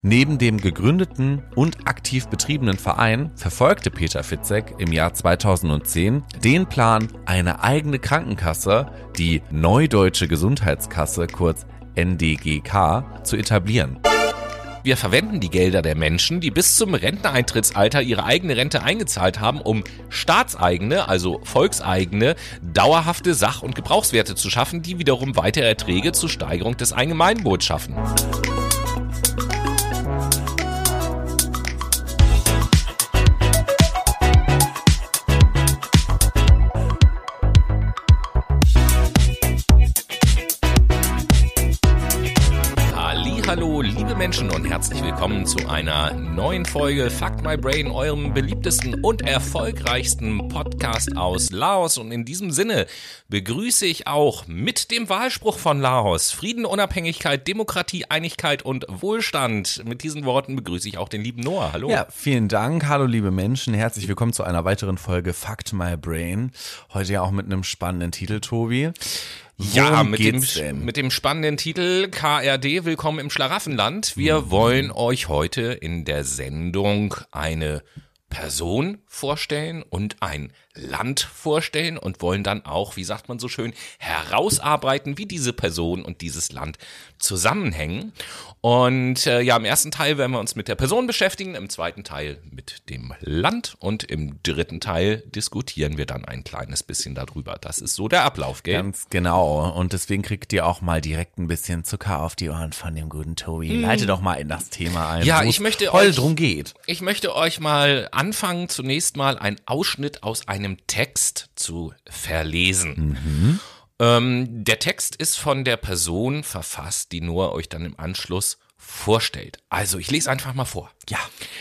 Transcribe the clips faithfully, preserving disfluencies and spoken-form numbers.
Neben dem gegründeten und aktiv betriebenen Verein verfolgte Peter Fitzek im Jahr zweitausendzehn den Plan, eine eigene Krankenkasse, die Neudeutsche Gesundheitskasse, kurz N D G K, zu etablieren. Wir verwenden die Gelder der Menschen, die bis zum Renteneintrittsalter ihre eigene Rente eingezahlt haben, um staatseigene, also volkseigene, dauerhafte Sach- und Gebrauchswerte zu schaffen, die wiederum weitere Erträge zur Steigerung des Allgemeinwohls schaffen. Hallo, liebe Menschen und herzlich willkommen zu einer neuen Folge Fuck My Brain, eurem beliebtesten und erfolgreichsten Podcast aus Laos. Und in diesem Sinne begrüße ich auch mit dem Wahlspruch von Laos: Frieden, Unabhängigkeit, Demokratie, Einigkeit und Wohlstand. Mit diesen Worten begrüße ich auch den lieben Noah. Hallo. Ja, vielen Dank. Hallo, liebe Menschen. Herzlich willkommen zu einer weiteren Folge Fuck My Brain. Heute ja auch mit einem spannenden Titel, Tobi. Ja, mit dem, mit dem spannenden Titel K R D, Willkommen im Schlaraffenland. Wir mhm. wollen euch heute in der Sendung eine Person vorstellen und ein Land vorstellen und wollen dann auch, wie sagt man so schön, herausarbeiten, wie diese Person und dieses Land zusammenhängen. Und äh, ja, im ersten Teil werden wir uns mit der Person beschäftigen, im zweiten Teil mit dem Land und im dritten Teil diskutieren wir dann ein kleines bisschen darüber. Das ist so der Ablauf, gell? Ganz genau. Und deswegen kriegt ihr auch mal direkt ein bisschen Zucker auf die Ohren von dem guten Tobi. Mm. Leite doch mal in das Thema ein, ja, ich möchte heute euch, drum geht. Ich möchte euch mal anfangen, zunächst mal einen Ausschnitt aus einem Text zu verlesen. Mhm. Ähm, der Text ist von der Person verfasst, die Noah euch dann im Anschluss vorstellt. Also, ich lese einfach mal vor. Ja.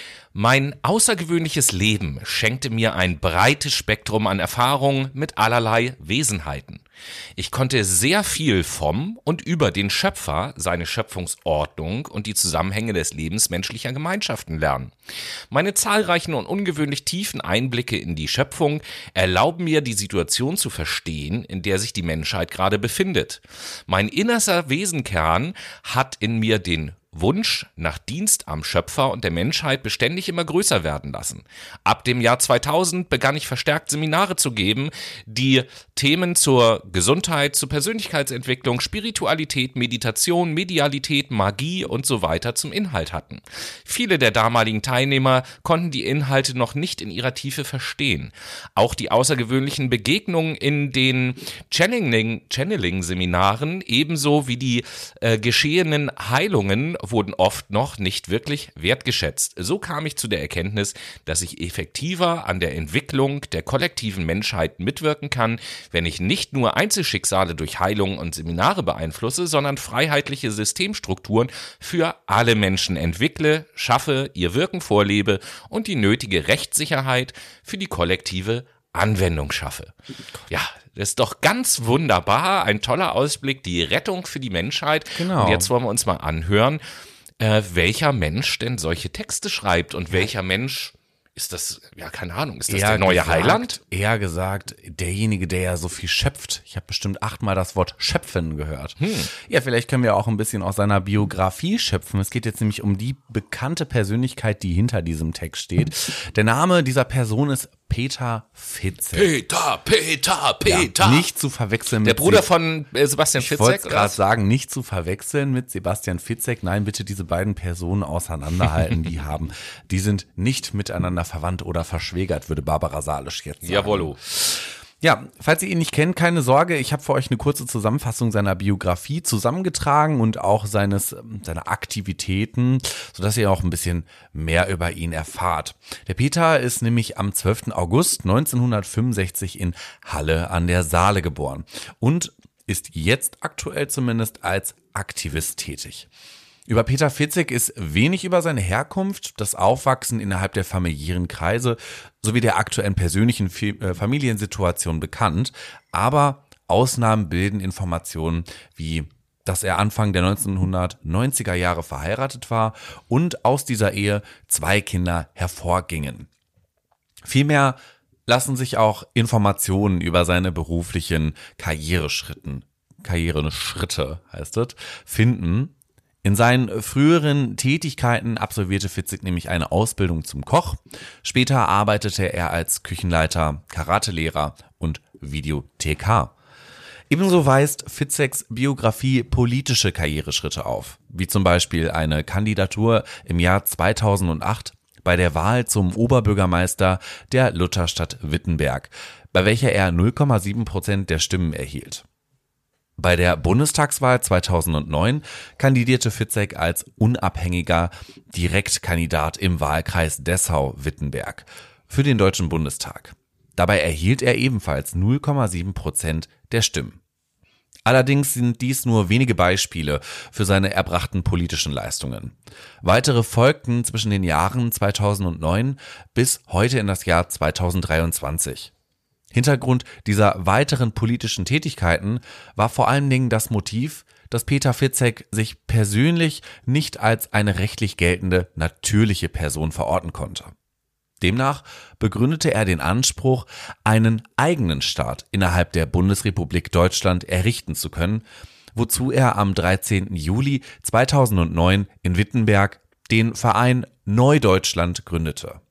Mein außergewöhnliches Leben schenkte mir ein breites Spektrum an Erfahrungen mit allerlei Wesenheiten. Ich konnte sehr viel vom und über den Schöpfer, seine Schöpfungsordnung und die Zusammenhänge des Lebens menschlicher Gemeinschaften lernen. Meine zahlreichen und ungewöhnlich tiefen Einblicke in die Schöpfung erlauben mir, die Situation zu verstehen, in der sich die Menschheit gerade befindet. Mein innerster Wesenkern hat in mir den Wunsch nach Dienst am Schöpfer und der Menschheit beständig immer größer werden lassen. Ab dem Jahr zweitausend begann ich verstärkt Seminare zu geben, die Themen zur Gesundheit, zur Persönlichkeitsentwicklung, Spiritualität, Meditation, Medialität, Magie und so weiter zum Inhalt hatten. Viele der damaligen Teilnehmer konnten die Inhalte noch nicht in ihrer Tiefe verstehen. Auch die außergewöhnlichen Begegnungen in den Channeling, Channeling-Seminaren ebenso wie die äh, geschehenen Heilungen wurden oft noch nicht wirklich wertgeschätzt. So kam ich zu der Erkenntnis, dass ich effektiver an der Entwicklung der kollektiven Menschheit mitwirken kann, wenn ich nicht nur Einzelschicksale durch Heilungen und Seminare beeinflusse, sondern freiheitliche Systemstrukturen für alle Menschen entwickle, schaffe, ihr Wirken vorlebe und die nötige Rechtssicherheit für die kollektive Anwendung schaffe. Ja, das ist doch ganz wunderbar, ein toller Ausblick, die Rettung für die Menschheit. Genau. Und jetzt wollen wir uns mal anhören, äh, welcher Mensch denn solche Texte schreibt und welcher Mensch, ist das, ja keine Ahnung, ist das eher der neue gesagt, Heiland? Eher gesagt, derjenige, der ja so viel schöpft. Ich habe bestimmt achtmal das Wort schöpfen gehört. Hm. Ja, vielleicht können wir auch ein bisschen aus seiner Biografie schöpfen. Es geht jetzt nämlich um die bekannte Persönlichkeit, die hinter diesem Text steht. Der Name dieser Person ist Peter Fitzek. Peter, Peter, Peter. Ja, nicht zu verwechseln der mit Bruder Se- von äh, Sebastian Ich Fitzek. wollte oder gerade was? sagen, nicht zu verwechseln mit Sebastian Fitzek. Nein, bitte diese beiden Personen auseinanderhalten. Die haben, die sind nicht miteinander verwandt oder verschwägert, würde Barbara Salisch jetzt sagen. Jawollo. Ja, falls ihr ihn nicht kennt, keine Sorge, ich habe für euch eine kurze Zusammenfassung seiner Biografie zusammengetragen und auch seines seiner Aktivitäten, sodass ihr auch ein bisschen mehr über ihn erfahrt. Der Peter ist nämlich am zwölften August neunzehnhundertfünfundsechzig in Halle an der Saale geboren und ist jetzt aktuell zumindest als Aktivist tätig. Über Peter Fitzek ist wenig über seine Herkunft, das Aufwachsen innerhalb der familiären Kreise sowie der aktuellen persönlichen Familiensituation bekannt, aber Ausnahmen bilden Informationen wie, dass er Anfang der neunzehnhundertneunziger Jahre verheiratet war und aus dieser Ehe zwei Kinder hervorgingen. Vielmehr lassen sich auch Informationen über seine beruflichen Karriereschritten, Karriereschritte heißt es, finden. In seinen früheren Tätigkeiten absolvierte Fitzek nämlich eine Ausbildung zum Koch. Später arbeitete er als Küchenleiter, Karatelehrer und Videothekar. Ebenso weist Fitzeks Biografie politische Karriereschritte auf, wie zum Beispiel eine Kandidatur im Jahr zweitausendacht bei der Wahl zum Oberbürgermeister der Lutherstadt Wittenberg, bei welcher er null Komma sieben Prozent der Stimmen erhielt. Bei der Bundestagswahl zweitausendneun kandidierte Fitzek als unabhängiger Direktkandidat im Wahlkreis Dessau-Wittenberg für den Deutschen Bundestag. Dabei erhielt er ebenfalls null Komma sieben Prozent der Stimmen. Allerdings sind dies nur wenige Beispiele für seine erbrachten politischen Leistungen. Weitere folgten zwischen den Jahren zweitausendneun bis heute in das Jahr zweitausenddreiundzwanzig. Hintergrund dieser weiteren politischen Tätigkeiten war vor allen Dingen das Motiv, dass Peter Fitzek sich persönlich nicht als eine rechtlich geltende natürliche Person verorten konnte. Demnach begründete er den Anspruch, einen eigenen Staat innerhalb der Bundesrepublik Deutschland errichten zu können, wozu er am dreizehnten Juli zweitausendneun in Wittenberg den Verein Neudeutschland gründete.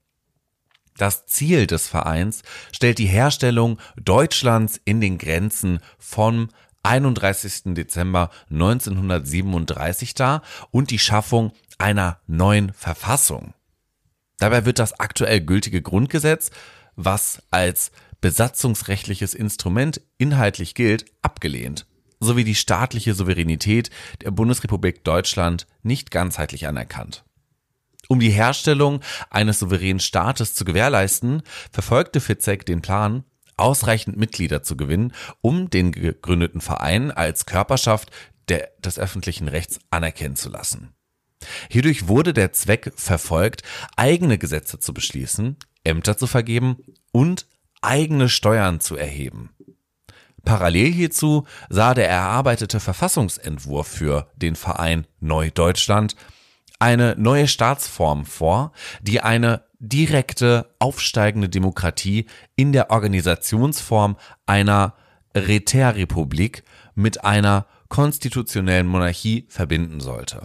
Das Ziel des Vereins stellt die Herstellung Deutschlands in den Grenzen vom einunddreißigsten Dezember neunzehnhundertsiebenunddreißig dar und die Schaffung einer neuen Verfassung. Dabei wird das aktuell gültige Grundgesetz, was als besatzungsrechtliches Instrument inhaltlich gilt, abgelehnt, sowie die staatliche Souveränität der Bundesrepublik Deutschland nicht ganzheitlich anerkannt. Um die Herstellung eines souveränen Staates zu gewährleisten, verfolgte Fitzek den Plan, ausreichend Mitglieder zu gewinnen, um den gegründeten Verein als Körperschaft der, des öffentlichen Rechts anerkennen zu lassen. Hierdurch wurde der Zweck verfolgt, eigene Gesetze zu beschließen, Ämter zu vergeben und eigene Steuern zu erheben. Parallel hierzu sah der erarbeitete Verfassungsentwurf für den Verein Neudeutschland eine neue Staatsform vor, die eine direkte, aufsteigende Demokratie in der Organisationsform einer Räterepublik mit einer konstitutionellen Monarchie verbinden sollte.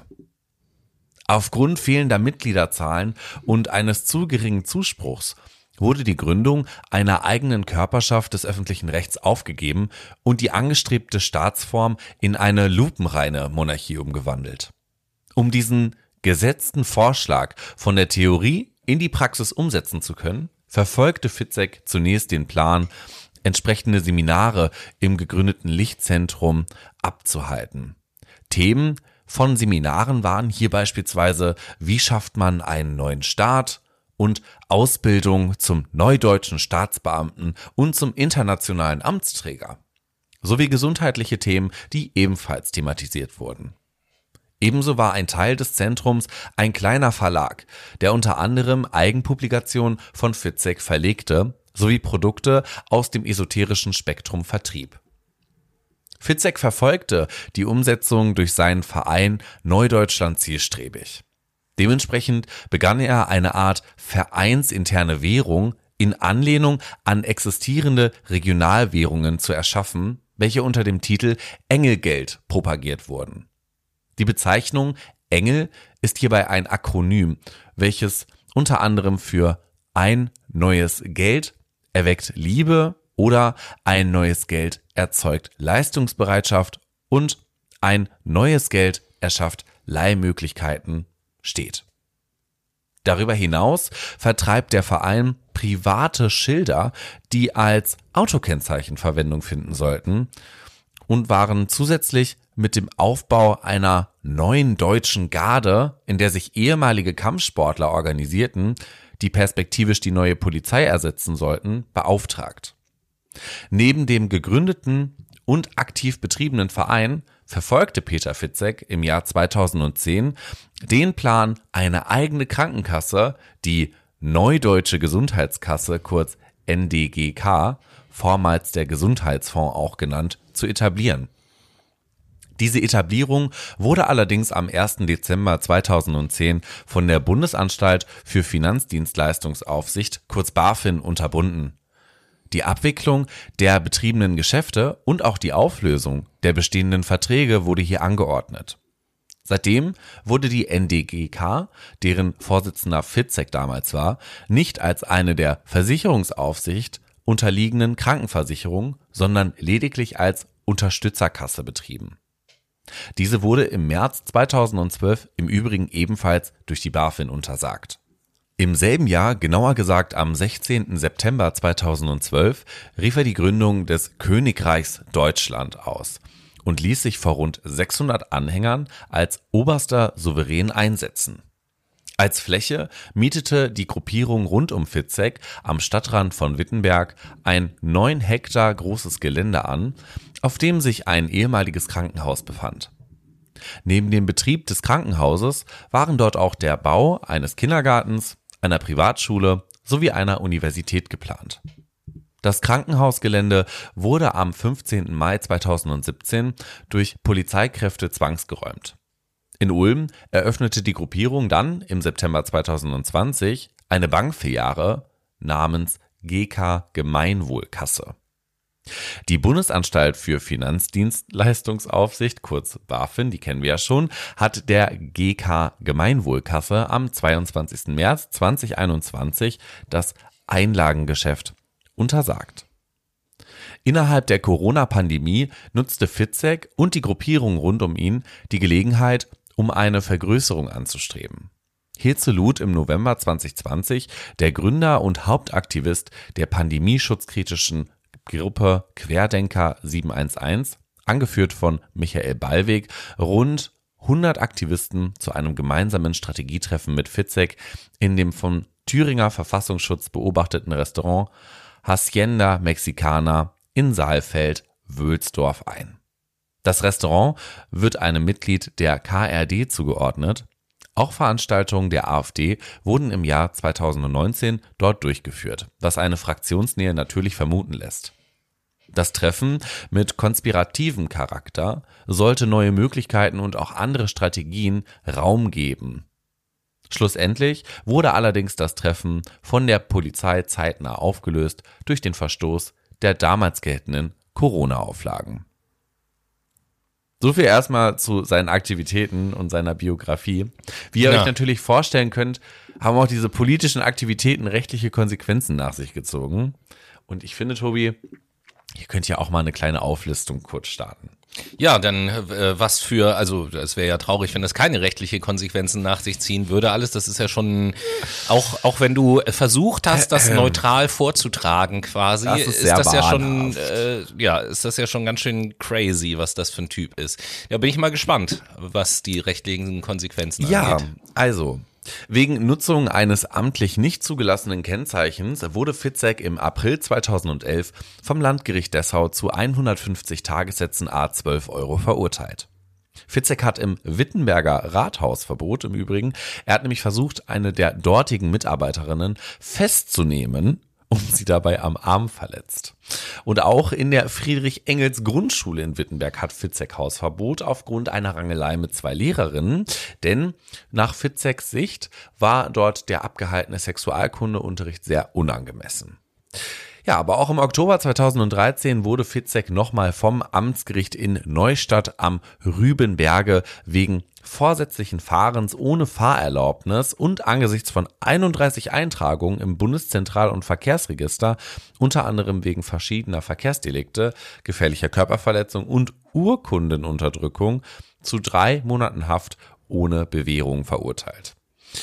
Aufgrund fehlender Mitgliederzahlen und eines zu geringen Zuspruchs wurde die Gründung einer eigenen Körperschaft des öffentlichen Rechts aufgegeben und die angestrebte Staatsform in eine lupenreine Monarchie umgewandelt. Um diesen gesetzten Vorschlag von der Theorie in die Praxis umsetzen zu können, verfolgte Fitzek zunächst den Plan, entsprechende Seminare im gegründeten Lichtzentrum abzuhalten. Themen von Seminaren waren hier beispielsweise, wie schafft man einen neuen Staat und Ausbildung zum neudeutschen Staatsbeamten und zum internationalen Amtsträger, sowie gesundheitliche Themen, die ebenfalls thematisiert wurden. Ebenso war ein Teil des Zentrums ein kleiner Verlag, der unter anderem Eigenpublikationen von Fitzek verlegte, sowie Produkte aus dem esoterischen Spektrum vertrieb. Fitzek verfolgte die Umsetzung durch seinen Verein Neudeutschland zielstrebig. Dementsprechend begann er eine Art vereinsinterne Währung in Anlehnung an existierende Regionalwährungen zu erschaffen, welche unter dem Titel Engelgeld propagiert wurden. Die Bezeichnung Engel ist hierbei ein Akronym, welches unter anderem für ein neues Geld erweckt Liebe oder ein neues Geld erzeugt Leistungsbereitschaft und ein neues Geld erschafft Leihmöglichkeiten steht. Darüber hinaus vertreibt der Verein private Schilder, die als Autokennzeichen Verwendung finden sollten und waren zusätzlich mit dem Aufbau einer neuen deutschen Garde, in der sich ehemalige Kampfsportler organisierten, die perspektivisch die neue Polizei ersetzen sollten, beauftragt. Neben dem gegründeten und aktiv betriebenen Verein verfolgte Peter Fitzek im Jahr zweitausendzehn den Plan, eine eigene Krankenkasse, die Neudeutsche Gesundheitskasse, kurz N D G K, vormals der Gesundheitsfonds auch genannt, zu etablieren. Diese Etablierung wurde allerdings am ersten Dezember zweitausendzehn von der Bundesanstalt für Finanzdienstleistungsaufsicht, kurz BaFin, unterbunden. Die Abwicklung der betriebenen Geschäfte und auch die Auflösung der bestehenden Verträge wurde hier angeordnet. Seitdem wurde die N D G K, deren Vorsitzender Fitzek damals war, nicht als eine der Versicherungsaufsicht unterliegenden Krankenversicherungen, sondern lediglich als Unterstützerkasse betrieben. Diese wurde im März zweitausendzwölf im Übrigen ebenfalls durch die BaFin untersagt. Im selben Jahr, genauer gesagt am sechzehnten September zweitausendzwölf, rief er die Gründung des Königreichs Deutschland aus und ließ sich vor rund sechshundert Anhängern als oberster Souverän einsetzen. Als Fläche mietete die Gruppierung rund um Fitzek am Stadtrand von Wittenberg ein neun Hektar großes Gelände an, auf dem sich ein ehemaliges Krankenhaus befand. Neben dem Betrieb des Krankenhauses waren dort auch der Bau eines Kindergartens, einer Privatschule sowie einer Universität geplant. Das Krankenhausgelände wurde am fünfzehnten Mai zweitausendsiebzehn durch Polizeikräfte zwangsgeräumt. In Ulm eröffnete die Gruppierung dann im September zweitausendzwanzig eine Bankfiliale namens G K Gemeinwohlkasse. Die Bundesanstalt für Finanzdienstleistungsaufsicht, kurz BaFin, die kennen wir ja schon, hat der G K Gemeinwohlkasse am zweiundzwanzigsten März zweitausendeinundzwanzig das Einlagengeschäft untersagt. Innerhalb der Corona-Pandemie nutzte Fitzek und die Gruppierung rund um ihn die Gelegenheit, um eine Vergrößerung anzustreben. Hierzu lud im November zweitausendzwanzig der Gründer und Hauptaktivist der pandemieschutzkritischen Gruppe Querdenker sieben eins eins, angeführt von Michael Ballweg, rund hundert Aktivisten zu einem gemeinsamen Strategietreffen mit Fitzek in dem vom Thüringer Verfassungsschutz beobachteten Restaurant Hacienda Mexicana in Saalfeld-Wölsdorf ein. Das Restaurant wird einem Mitglied der K R D zugeordnet. Auch Veranstaltungen der AfD wurden im Jahr zweitausendneunzehn dort durchgeführt, was eine Fraktionsnähe natürlich vermuten lässt. Das Treffen mit konspirativem Charakter sollte neue Möglichkeiten und auch andere Strategien Raum geben. Schlussendlich wurde allerdings das Treffen von der Polizei zeitnah aufgelöst durch den Verstoß der damals geltenden Corona-Auflagen. So viel erstmal zu seinen Aktivitäten und seiner Biografie. Wie ihr ja. euch natürlich vorstellen könnt, haben auch diese politischen Aktivitäten rechtliche Konsequenzen nach sich gezogen. Und ich finde, Tobi, ihr könnt ja auch mal eine kleine Auflistung kurz starten. Ja, dann äh, was für, also es wäre ja traurig, wenn das keine rechtliche Konsequenzen nach sich ziehen würde. Alles, das ist ja schon, auch auch wenn du versucht hast, das ähm, neutral vorzutragen quasi, das ist, ist das ja schon, äh, ja, ist das ja schon ganz schön crazy, was das für ein Typ ist. Ja, bin ich mal gespannt, was die rechtlichen Konsequenzen ja, angeht. Ja, also wegen Nutzung eines amtlich nicht zugelassenen Kennzeichens wurde Fitzek im April zweitausendelf vom Landgericht Dessau zu hundertfünfzig Tagessätzen à zwölf Euro verurteilt. Fitzek hat im Wittenberger Rathausverbot im Übrigen, er hat nämlich versucht, eine der dortigen Mitarbeiterinnen festzunehmen und sie dabei am Arm verletzt. Und auch in der Friedrich-Engels-Grundschule in Wittenberg hat Fitzek Hausverbot aufgrund einer Rangelei mit zwei Lehrerinnen, denn nach Fitzeks Sicht war dort der abgehaltene Sexualkundeunterricht sehr unangemessen. Ja, aber auch im Oktober zweitausenddreizehn wurde Fitzek nochmal vom Amtsgericht in Neustadt am Rübenberge wegen vorsätzlichen Fahrens ohne Fahrerlaubnis und angesichts von einunddreißig Eintragungen im Bundeszentral- und Verkehrsregister, unter anderem wegen verschiedener Verkehrsdelikte, gefährlicher Körperverletzung und Urkundenunterdrückung, zu drei Monaten Haft ohne Bewährung verurteilt.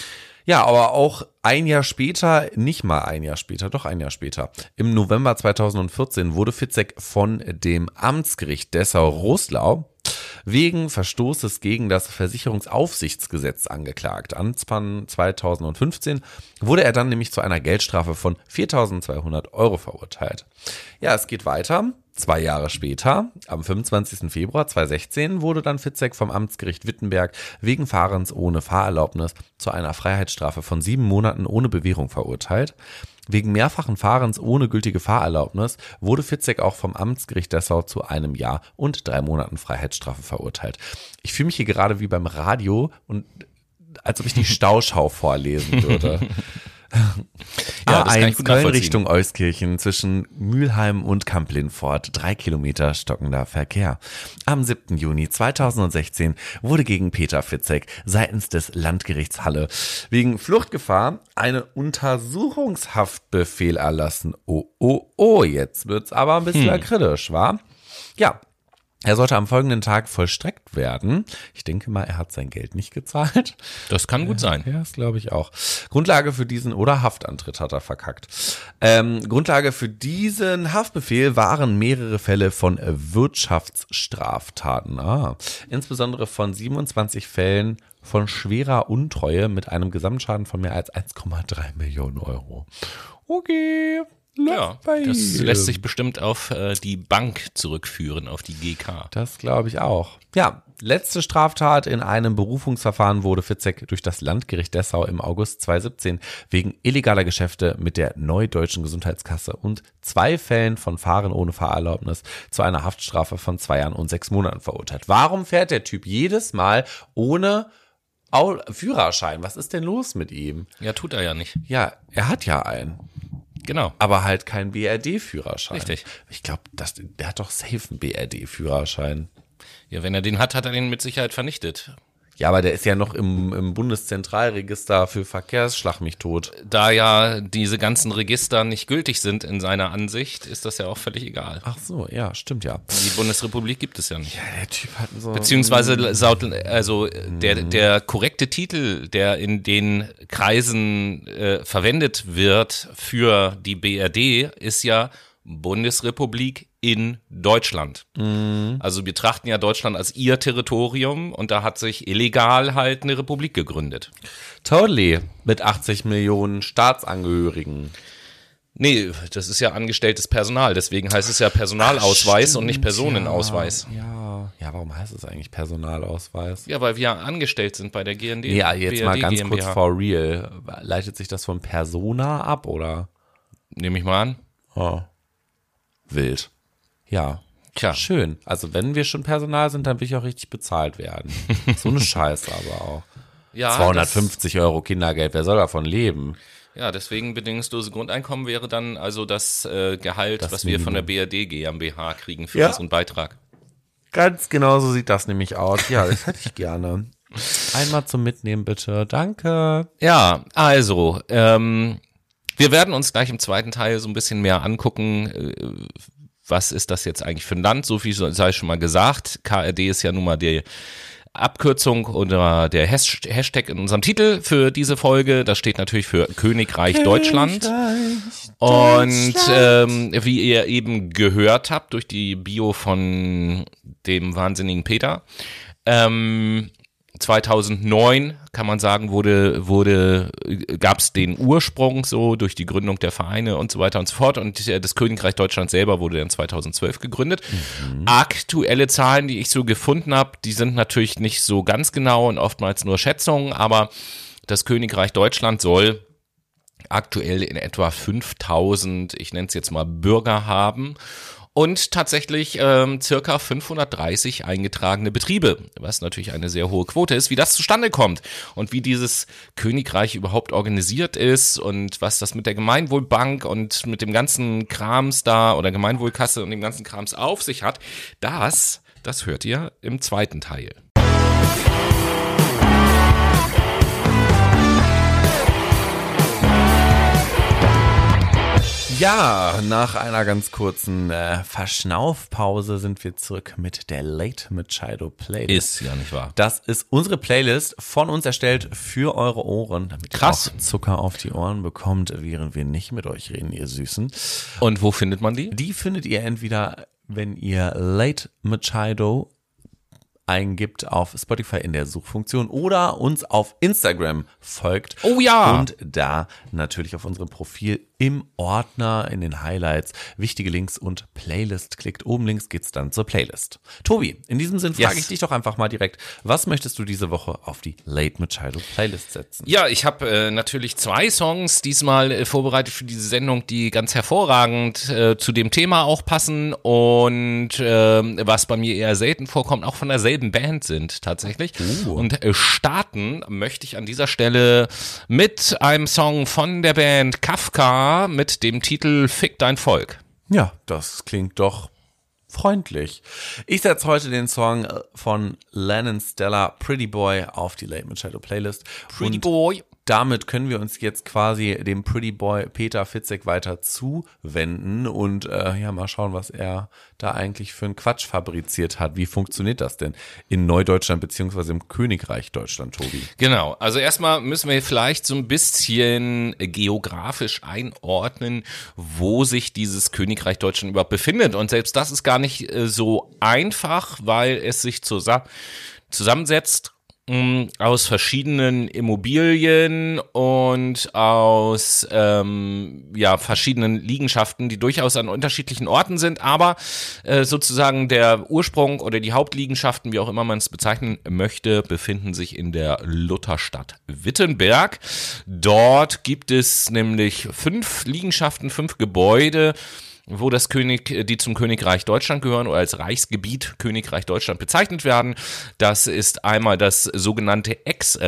Ja, aber auch ein Jahr später, nicht mal ein Jahr später, doch ein Jahr später, im November zweitausendvierzehn wurde Fitzek von dem Amtsgericht Dessau-Roßlau wegen Verstoßes gegen das Versicherungsaufsichtsgesetz angeklagt. Anfang zweitausendfünfzehn wurde er dann nämlich zu einer Geldstrafe von viertausendzweihundert Euro verurteilt. Ja, es geht weiter. Zwei Jahre später, am fünfundzwanzigsten Februar zweitausendsechzehn, wurde dann Fitzek vom Amtsgericht Wittenberg wegen Fahrens ohne Fahrerlaubnis zu einer Freiheitsstrafe von sieben Monaten ohne Bewährung verurteilt. Wegen mehrfachen Fahrens ohne gültige Fahrerlaubnis wurde Fitzek auch vom Amtsgericht Dessau zu einem Jahr und drei Monaten Freiheitsstrafe verurteilt. Ich fühle mich hier gerade wie beim Radio und als ob ich die Stauschau vorlesen würde. Ja, A das kann ich eins gut Köln nachvollziehen. Richtung Euskirchen zwischen Mülheim und Kamp-Lindfort. Drei Kilometer stockender Verkehr. Am siebten Juni zweitausendsechzehn wurde gegen Peter Fitzek seitens des Landgerichts Halle wegen Fluchtgefahr eine Untersuchungshaftbefehl erlassen. Oh, oh, oh, jetzt wird's aber ein bisschen Hm. kritisch, wa? Ja. Er sollte am folgenden Tag vollstreckt werden. Ich denke mal, er hat sein Geld nicht gezahlt. Das kann gut sein. Ja, das glaube ich auch. Grundlage für diesen, oder Haftantritt hat er verkackt. Ähm, Grundlage für diesen Haftbefehl waren mehrere Fälle von Wirtschaftsstraftaten. Ah, insbesondere von siebenundzwanzig Fällen von schwerer Untreue mit einem Gesamtschaden von mehr als eins Komma drei Millionen Euro. Okay. Ja, bei das ihm. lässt sich bestimmt auf äh, die Bank zurückführen, auf die G K. Das glaube ich auch. Ja, letzte Straftat in einem Berufungsverfahren wurde Fitzek durch das Landgericht Dessau im August zweitausendsiebzehn wegen illegaler Geschäfte mit der Neudeutschen Gesundheitskasse und zwei Fällen von Fahren ohne Fahrerlaubnis zu einer Haftstrafe von zwei Jahren und sechs Monaten verurteilt. Warum fährt der Typ jedes Mal ohne Au- Führerschein? Was ist denn los mit ihm? Ja, tut er ja nicht. Ja, er hat ja einen. Genau. Aber halt kein B R D-Führerschein. Richtig. Ich glaube, der hat doch safe einen B R D-Führerschein. Ja, wenn er den hat, hat er den mit Sicherheit vernichtet. Ja, aber der ist ja noch im, im Bundeszentralregister für Verkehrsschlag mich tot. Da ja diese ganzen Register nicht gültig sind in seiner Ansicht, ist das ja auch völlig egal. Ach so, ja, stimmt ja. Die Bundesrepublik gibt es ja nicht. Ja, der Typ hat so... Beziehungsweise, saut- also der, der korrekte Titel, der in den Kreisen äh, verwendet wird für die B R D, ist ja Bundesrepublik in Deutschland. Mhm. Also wir betrachten ja Deutschland als ihr Territorium und da hat sich illegal halt eine Republik gegründet. Totally. Mit achtzig Millionen Staatsangehörigen. Nee, das ist ja angestelltes Personal, deswegen heißt es ja Personalausweis Ach, und nicht stimmt, Personenausweis. Ja, ja. Ja, warum heißt es eigentlich Personalausweis? Ja, weil wir angestellt sind bei der G N D. Ja, jetzt B R D mal ganz GmbH. kurz for real. Leitet sich das von Persona ab, oder? Nehme ich mal an. Oh. Wild. Ja. Tja. Schön. Also wenn wir schon Personal sind, dann will ich auch richtig bezahlt werden. So eine Scheiße aber auch. Ja, zweihundertfünfzig Euro Kindergeld, wer soll davon leben? Das, ja, deswegen bedingungslose Grundeinkommen wäre dann also das äh, Gehalt, Das was wir von der Minimum. B R D GmbH kriegen für Ja. unseren Beitrag. Ganz genau so sieht das nämlich aus. Ja, das hätte ich gerne. Einmal zum Mitnehmen, bitte. Danke. Ja, also, ähm, wir werden uns gleich im zweiten Teil so ein bisschen mehr angucken, äh, was ist das jetzt eigentlich für ein Land, so viel sei schon mal gesagt. K R D ist ja nun mal die Abkürzung oder der Has- Hashtag in unserem Titel für diese Folge. Das steht natürlich für Königreich Deutschland. Und ähm, wie ihr eben gehört habt durch die Bio von dem wahnsinnigen Peter, ähm, zweitausendneun kann man sagen, wurde, wurde, gab es den Ursprung so durch die Gründung der Vereine und so weiter und so fort. Und das Königreich Deutschland selber wurde dann zweitausendzwölf gegründet. Mhm. Aktuelle Zahlen, die ich so gefunden habe, die sind natürlich nicht so ganz genau und oftmals nur Schätzungen, aber das Königreich Deutschland soll aktuell in etwa fünftausend, ich nenne es jetzt mal Bürger haben. Und tatsächlich ähm, circa fünfhundertdreißig eingetragene Betriebe, was natürlich eine sehr hohe Quote ist. Wie das zustande kommt und wie dieses Königreich überhaupt organisiert ist und was das mit der Gemeinwohlbank und mit dem ganzen Krams da oder Gemeinwohlkasse und dem ganzen Krams auf sich hat, das, das hört ihr im zweiten Teil. Ja, nach einer ganz kurzen äh, Verschnaufpause sind wir zurück mit der Late Machado Playlist. Ist ja nicht wahr. Das ist unsere Playlist von uns erstellt für eure Ohren, damit Krass. ihr auch Zucker auf die Ohren bekommt, während wir nicht mit euch reden, ihr Süßen. Und wo findet man die? Die findet ihr entweder, wenn ihr Late Machado eingibt auf Spotify in der Suchfunktion oder uns auf Instagram folgt. Oh ja. Und da natürlich auf unserem Profil im Ordner, in den Highlights, wichtige Links und Playlist klickt. Oben links geht's dann zur Playlist. Tobi, in diesem Sinn frage Yes. ich dich doch einfach mal direkt, was möchtest du diese Woche auf die Late Machado Playlist setzen? Ja, ich habe äh, natürlich zwei Songs diesmal äh, vorbereitet für diese Sendung, die ganz hervorragend äh, zu dem Thema auch passen und äh, was bei mir eher selten vorkommt, auch von derselben Band sind tatsächlich. Oh. Und äh, starten möchte ich an dieser Stelle mit einem Song von der Band Kafka mit dem Titel Fick dein Volk. Ja, das klingt doch freundlich. Ich setze heute den Song von Lennon Stella, Pretty Boy, auf die Late Machado Playlist. Pretty Und Boy. damit können wir uns jetzt quasi dem Pretty Boy Peter Fitzek weiter zuwenden und äh, ja, mal schauen, was er da eigentlich für einen Quatsch fabriziert hat. Wie funktioniert das denn in Neudeutschland beziehungsweise im Königreich Deutschland, Tobi? Genau, also erstmal müssen wir vielleicht so ein bisschen geografisch einordnen, wo sich dieses Königreich Deutschland überhaupt befindet. Und selbst das ist gar nicht äh, so einfach, weil es sich zusa- zusammensetzt aus verschiedenen Immobilien und aus ähm, ja verschiedenen Liegenschaften, die durchaus an unterschiedlichen Orten sind, aber äh, sozusagen der Ursprung oder die Hauptliegenschaften, wie auch immer man es bezeichnen möchte, befinden sich in der Lutherstadt Wittenberg. Dort gibt es nämlich fünf Liegenschaften, fünf Gebäude, wo das König, die zum Königreich Deutschland gehören oder als Reichsgebiet Königreich Deutschland bezeichnet werden. Das ist einmal das sogenannte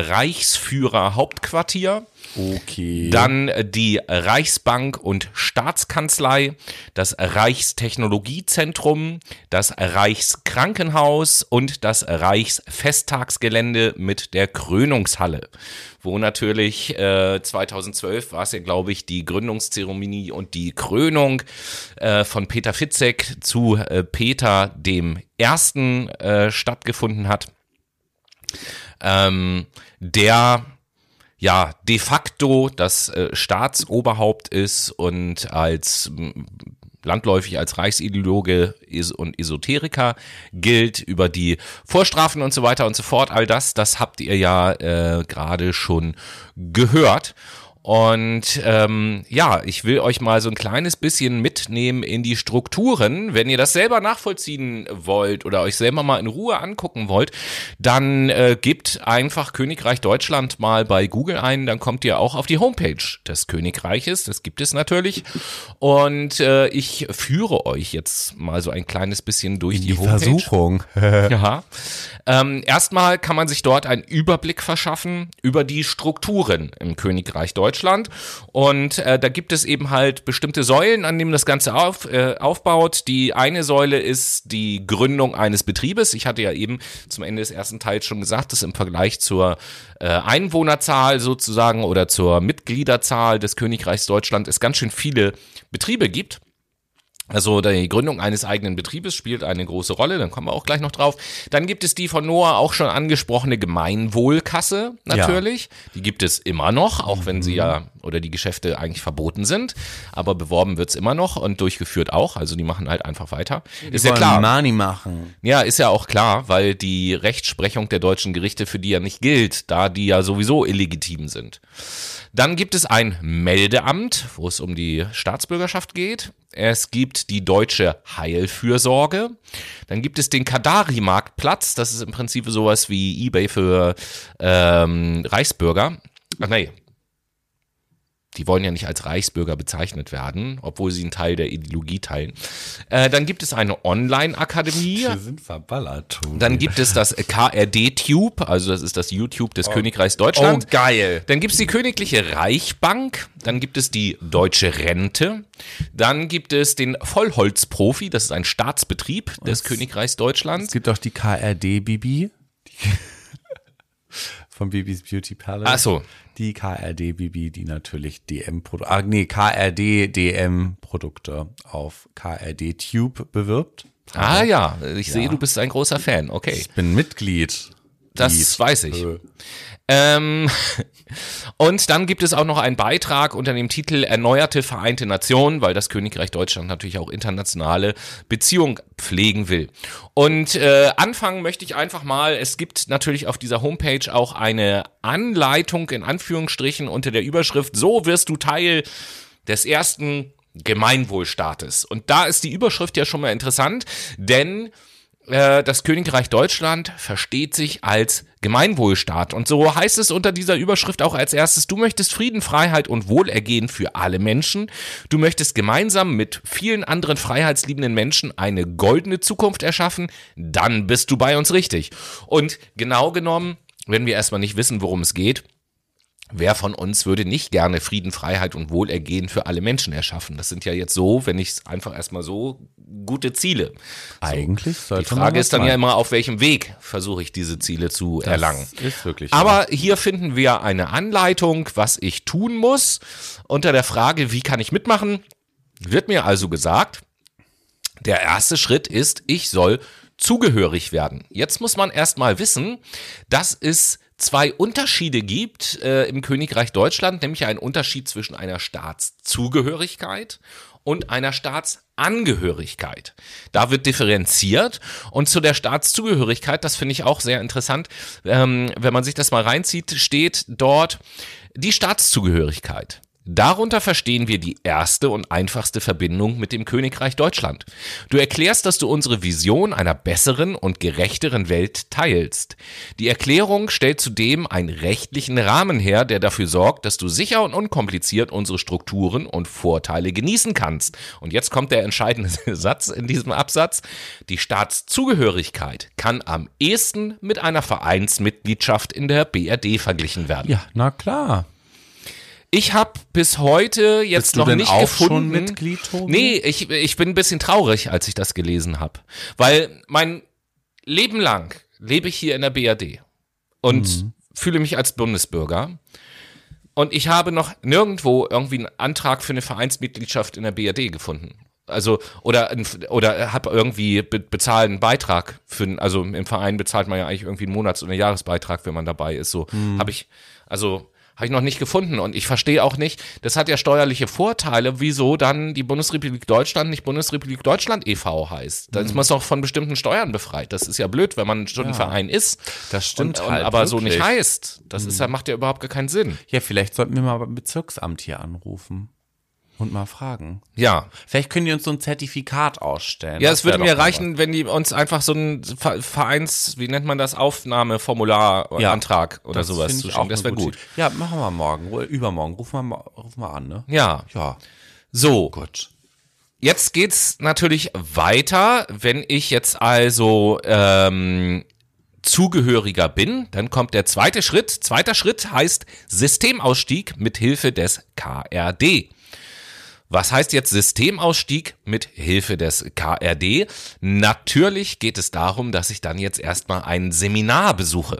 Ex-Reichsführer-Hauptquartier. Okay. Dann die Reichsbank und Staatskanzlei, das Reichstechnologiezentrum, das Reichskrankenhaus und das Reichsfesttagsgelände mit der Krönungshalle, wo natürlich äh, zweitausendzwölf war es ja, glaube ich, die Gründungszeremonie und die Krönung äh, von Peter Fitzek zu äh, Peter dem Ersten äh, stattgefunden hat, ähm, der ja de facto das äh, Staatsoberhaupt ist und als m, landläufig als Reichsideologe is- und Esoteriker gilt, über die Vorstrafen und so weiter und so fort. All das, das habt ihr ja äh, gerade schon gehört. Und ähm, ja, ich will euch mal so ein kleines bisschen mitnehmen in die Strukturen. Wenn ihr das selber nachvollziehen wollt oder euch selber mal in Ruhe angucken wollt, dann äh, gebt einfach Königreich Deutschland mal bei Google ein, dann kommt ihr auch auf die Homepage des Königreiches, das gibt es natürlich. Und äh, ich führe euch jetzt mal so ein kleines bisschen durch die, die Homepage. Versuchung. Ja. Ähm, erstmal kann man sich dort einen Überblick verschaffen über die Strukturen im Königreich Deutschland. Und äh, da gibt es eben halt bestimmte Säulen, an denen das Ganze auf, äh, aufbaut. Die eine Säule ist die Gründung eines Betriebes. Ich hatte ja eben zum Ende des ersten Teils schon gesagt, dass im Vergleich zur äh, Einwohnerzahl sozusagen oder zur Mitgliederzahl des Königreichs Deutschland es ganz schön viele Betriebe gibt. Also die Gründung eines eigenen Betriebes spielt eine große Rolle, dann kommen wir auch gleich noch drauf. Dann gibt es die von Noah auch schon angesprochene Gemeinwohlkasse natürlich. Ja. Die gibt es immer noch, auch mhm. wenn sie ja oder die Geschäfte eigentlich verboten sind. Aber beworben wird's immer noch und durchgeführt auch. Also die machen halt einfach weiter. Die ist ja klar. Money machen. Ja, ist ja auch klar, weil die Rechtsprechung der deutschen Gerichte für die ja nicht gilt, da die ja sowieso illegitim sind. Dann gibt es ein Meldeamt, wo es um die Staatsbürgerschaft geht. Es gibt die deutsche Heilfürsorge. Dann gibt es den Kadari-Marktplatz. Das ist im Prinzip sowas wie eBay für ähm, Reichsbürger. Ach nee. Die wollen ja nicht als Reichsbürger bezeichnet werden, obwohl sie einen Teil der Ideologie teilen. Äh, dann gibt es eine Online-Akademie. Wir sind verballert. Dann gibt es das K R D-Tube, also das ist das YouTube des oh. Königreichs Deutschland. Oh, geil. Dann gibt es die Königliche Reichsbank. Dann gibt es die Deutsche Rente. Dann gibt es den Vollholzprofi, das ist ein Staatsbetrieb des Was? Königreichs Deutschland. Es gibt auch die K R D-Bibi. Von Bibis Beauty Palace. Ach so. Die K R D-Bibi, die natürlich D M-Produkte, ah, nee, K R D-D M-Produkte auf K R D-Tube bewirbt. Ah ja, ich ja. sehe, du bist ein großer Fan, okay. Ich bin Mitglied. Das Lied. Weiß ich. Ähm, und dann gibt es auch noch einen Beitrag unter dem Titel Erneuerte Vereinte Nationen, weil das Königreich Deutschland natürlich auch internationale Beziehungen pflegen will. Und äh, anfangen möchte ich einfach mal, es gibt natürlich auf dieser Homepage auch eine Anleitung in Anführungsstrichen unter der Überschrift So wirst du Teil des ersten Gemeinwohlstaates. Und da ist die Überschrift ja schon mal interessant, denn äh, das Königreich Deutschland versteht sich als Gemeinwohlstaat. Und so heißt es unter dieser Überschrift auch als erstes: Du möchtest Frieden, Freiheit und Wohlergehen für alle Menschen. Du möchtest gemeinsam mit vielen anderen freiheitsliebenden Menschen eine goldene Zukunft erschaffen. Dann bist du bei uns richtig. Und genau genommen, wenn wir erstmal nicht wissen, worum es geht, wer von uns würde nicht gerne Frieden, Freiheit und Wohlergehen für alle Menschen erschaffen? Das sind ja jetzt so, wenn ich es einfach erstmal so, gute Ziele. Eigentlich So, sollte die man Frage das ist dann meinen. ja immer, auf welchem Weg versuche ich diese Ziele zu Das erlangen. ist wirklich Aber hier finden wir eine Anleitung, was ich tun muss. Unter der Frage, wie kann ich mitmachen, wird mir also gesagt, der erste Schritt ist, ich soll zugehörig werden. Jetzt muss man erstmal wissen, dass es zwei Unterschiede gibt äh, im Königreich Deutschland, nämlich einen Unterschied zwischen einer Staatszugehörigkeit und einer Staatsangehörigkeit. Da wird differenziert, und zu der Staatszugehörigkeit, das finde ich auch sehr interessant, ähm, wenn man sich das mal reinzieht, steht dort die Staatszugehörigkeit. Darunter verstehen wir die erste und einfachste Verbindung mit dem Königreich Deutschland. Du erklärst, dass du unsere Vision einer besseren und gerechteren Welt teilst. Die Erklärung stellt zudem einen rechtlichen Rahmen her, der dafür sorgt, dass du sicher und unkompliziert unsere Strukturen und Vorteile genießen kannst. Und jetzt kommt der entscheidende Satz in diesem Absatz. Die Staatszugehörigkeit kann am ehesten mit einer Vereinsmitgliedschaft in der B R D verglichen werden. Ja, na klar. Ich habe bis heute jetzt Bist du noch denn nicht auch gefunden. schon Mitglied, Tobi? Nee, ich, ich bin ein bisschen traurig, als ich das gelesen habe. Weil mein Leben lang lebe ich hier in der B R D und mhm. fühle mich als Bundesbürger. Und ich habe noch nirgendwo irgendwie einen Antrag für eine Vereinsmitgliedschaft in der B R D gefunden. Also, oder, oder habe irgendwie be- bezahlt einen Beitrag für, also im Verein bezahlt man ja eigentlich irgendwie einen Monats- oder Jahresbeitrag, wenn man dabei ist. So mhm. habe ich, also habe ich noch nicht gefunden, und ich verstehe auch nicht, das hat ja steuerliche Vorteile, wieso dann die Bundesrepublik Deutschland nicht Bundesrepublik Deutschland e V heißt. Da ist man doch von bestimmten Steuern befreit. Das ist ja blöd, wenn man schon Ja. ein Verein ist. Das stimmt und, halt und, aber so wirklich. nicht heißt. Das ist ja, macht ja überhaupt gar keinen Sinn. Ja, vielleicht sollten wir mal beim Bezirksamt hier anrufen und mal fragen. Ja. Vielleicht können die uns so ein Zertifikat ausstellen. Ja, Das es würde wär mir doch mal reichen, wenn die uns einfach so ein Vereins, wie nennt man das, Aufnahmeformular, Ja, Antrag oder das sowas finde ich zuschicken. auch Das eine wäre gute- gut. Ja, machen wir morgen, oder übermorgen. Rufen wir, mal- rufen wir an, ne? Ja. Ja, So. gut. Jetzt geht's natürlich weiter. Wenn ich jetzt also ähm, Zugehöriger bin, dann kommt der zweite Schritt. Zweiter Schritt heißt Systemausstieg mit Hilfe des K R D. Was heißt jetzt Systemausstieg mit Hilfe des K R D? Natürlich geht es darum, dass ich dann jetzt erstmal ein Seminar besuche.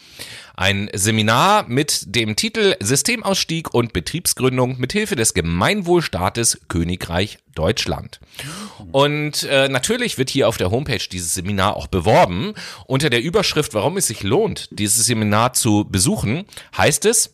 Ein Seminar mit dem Titel Systemausstieg und Betriebsgründung mit Hilfe des Gemeinwohlstaates Königreich Deutschland. Und äh, natürlich wird hier auf der Homepage dieses Seminar auch beworben. Unter der Überschrift, warum es sich lohnt, dieses Seminar zu besuchen, heißt es: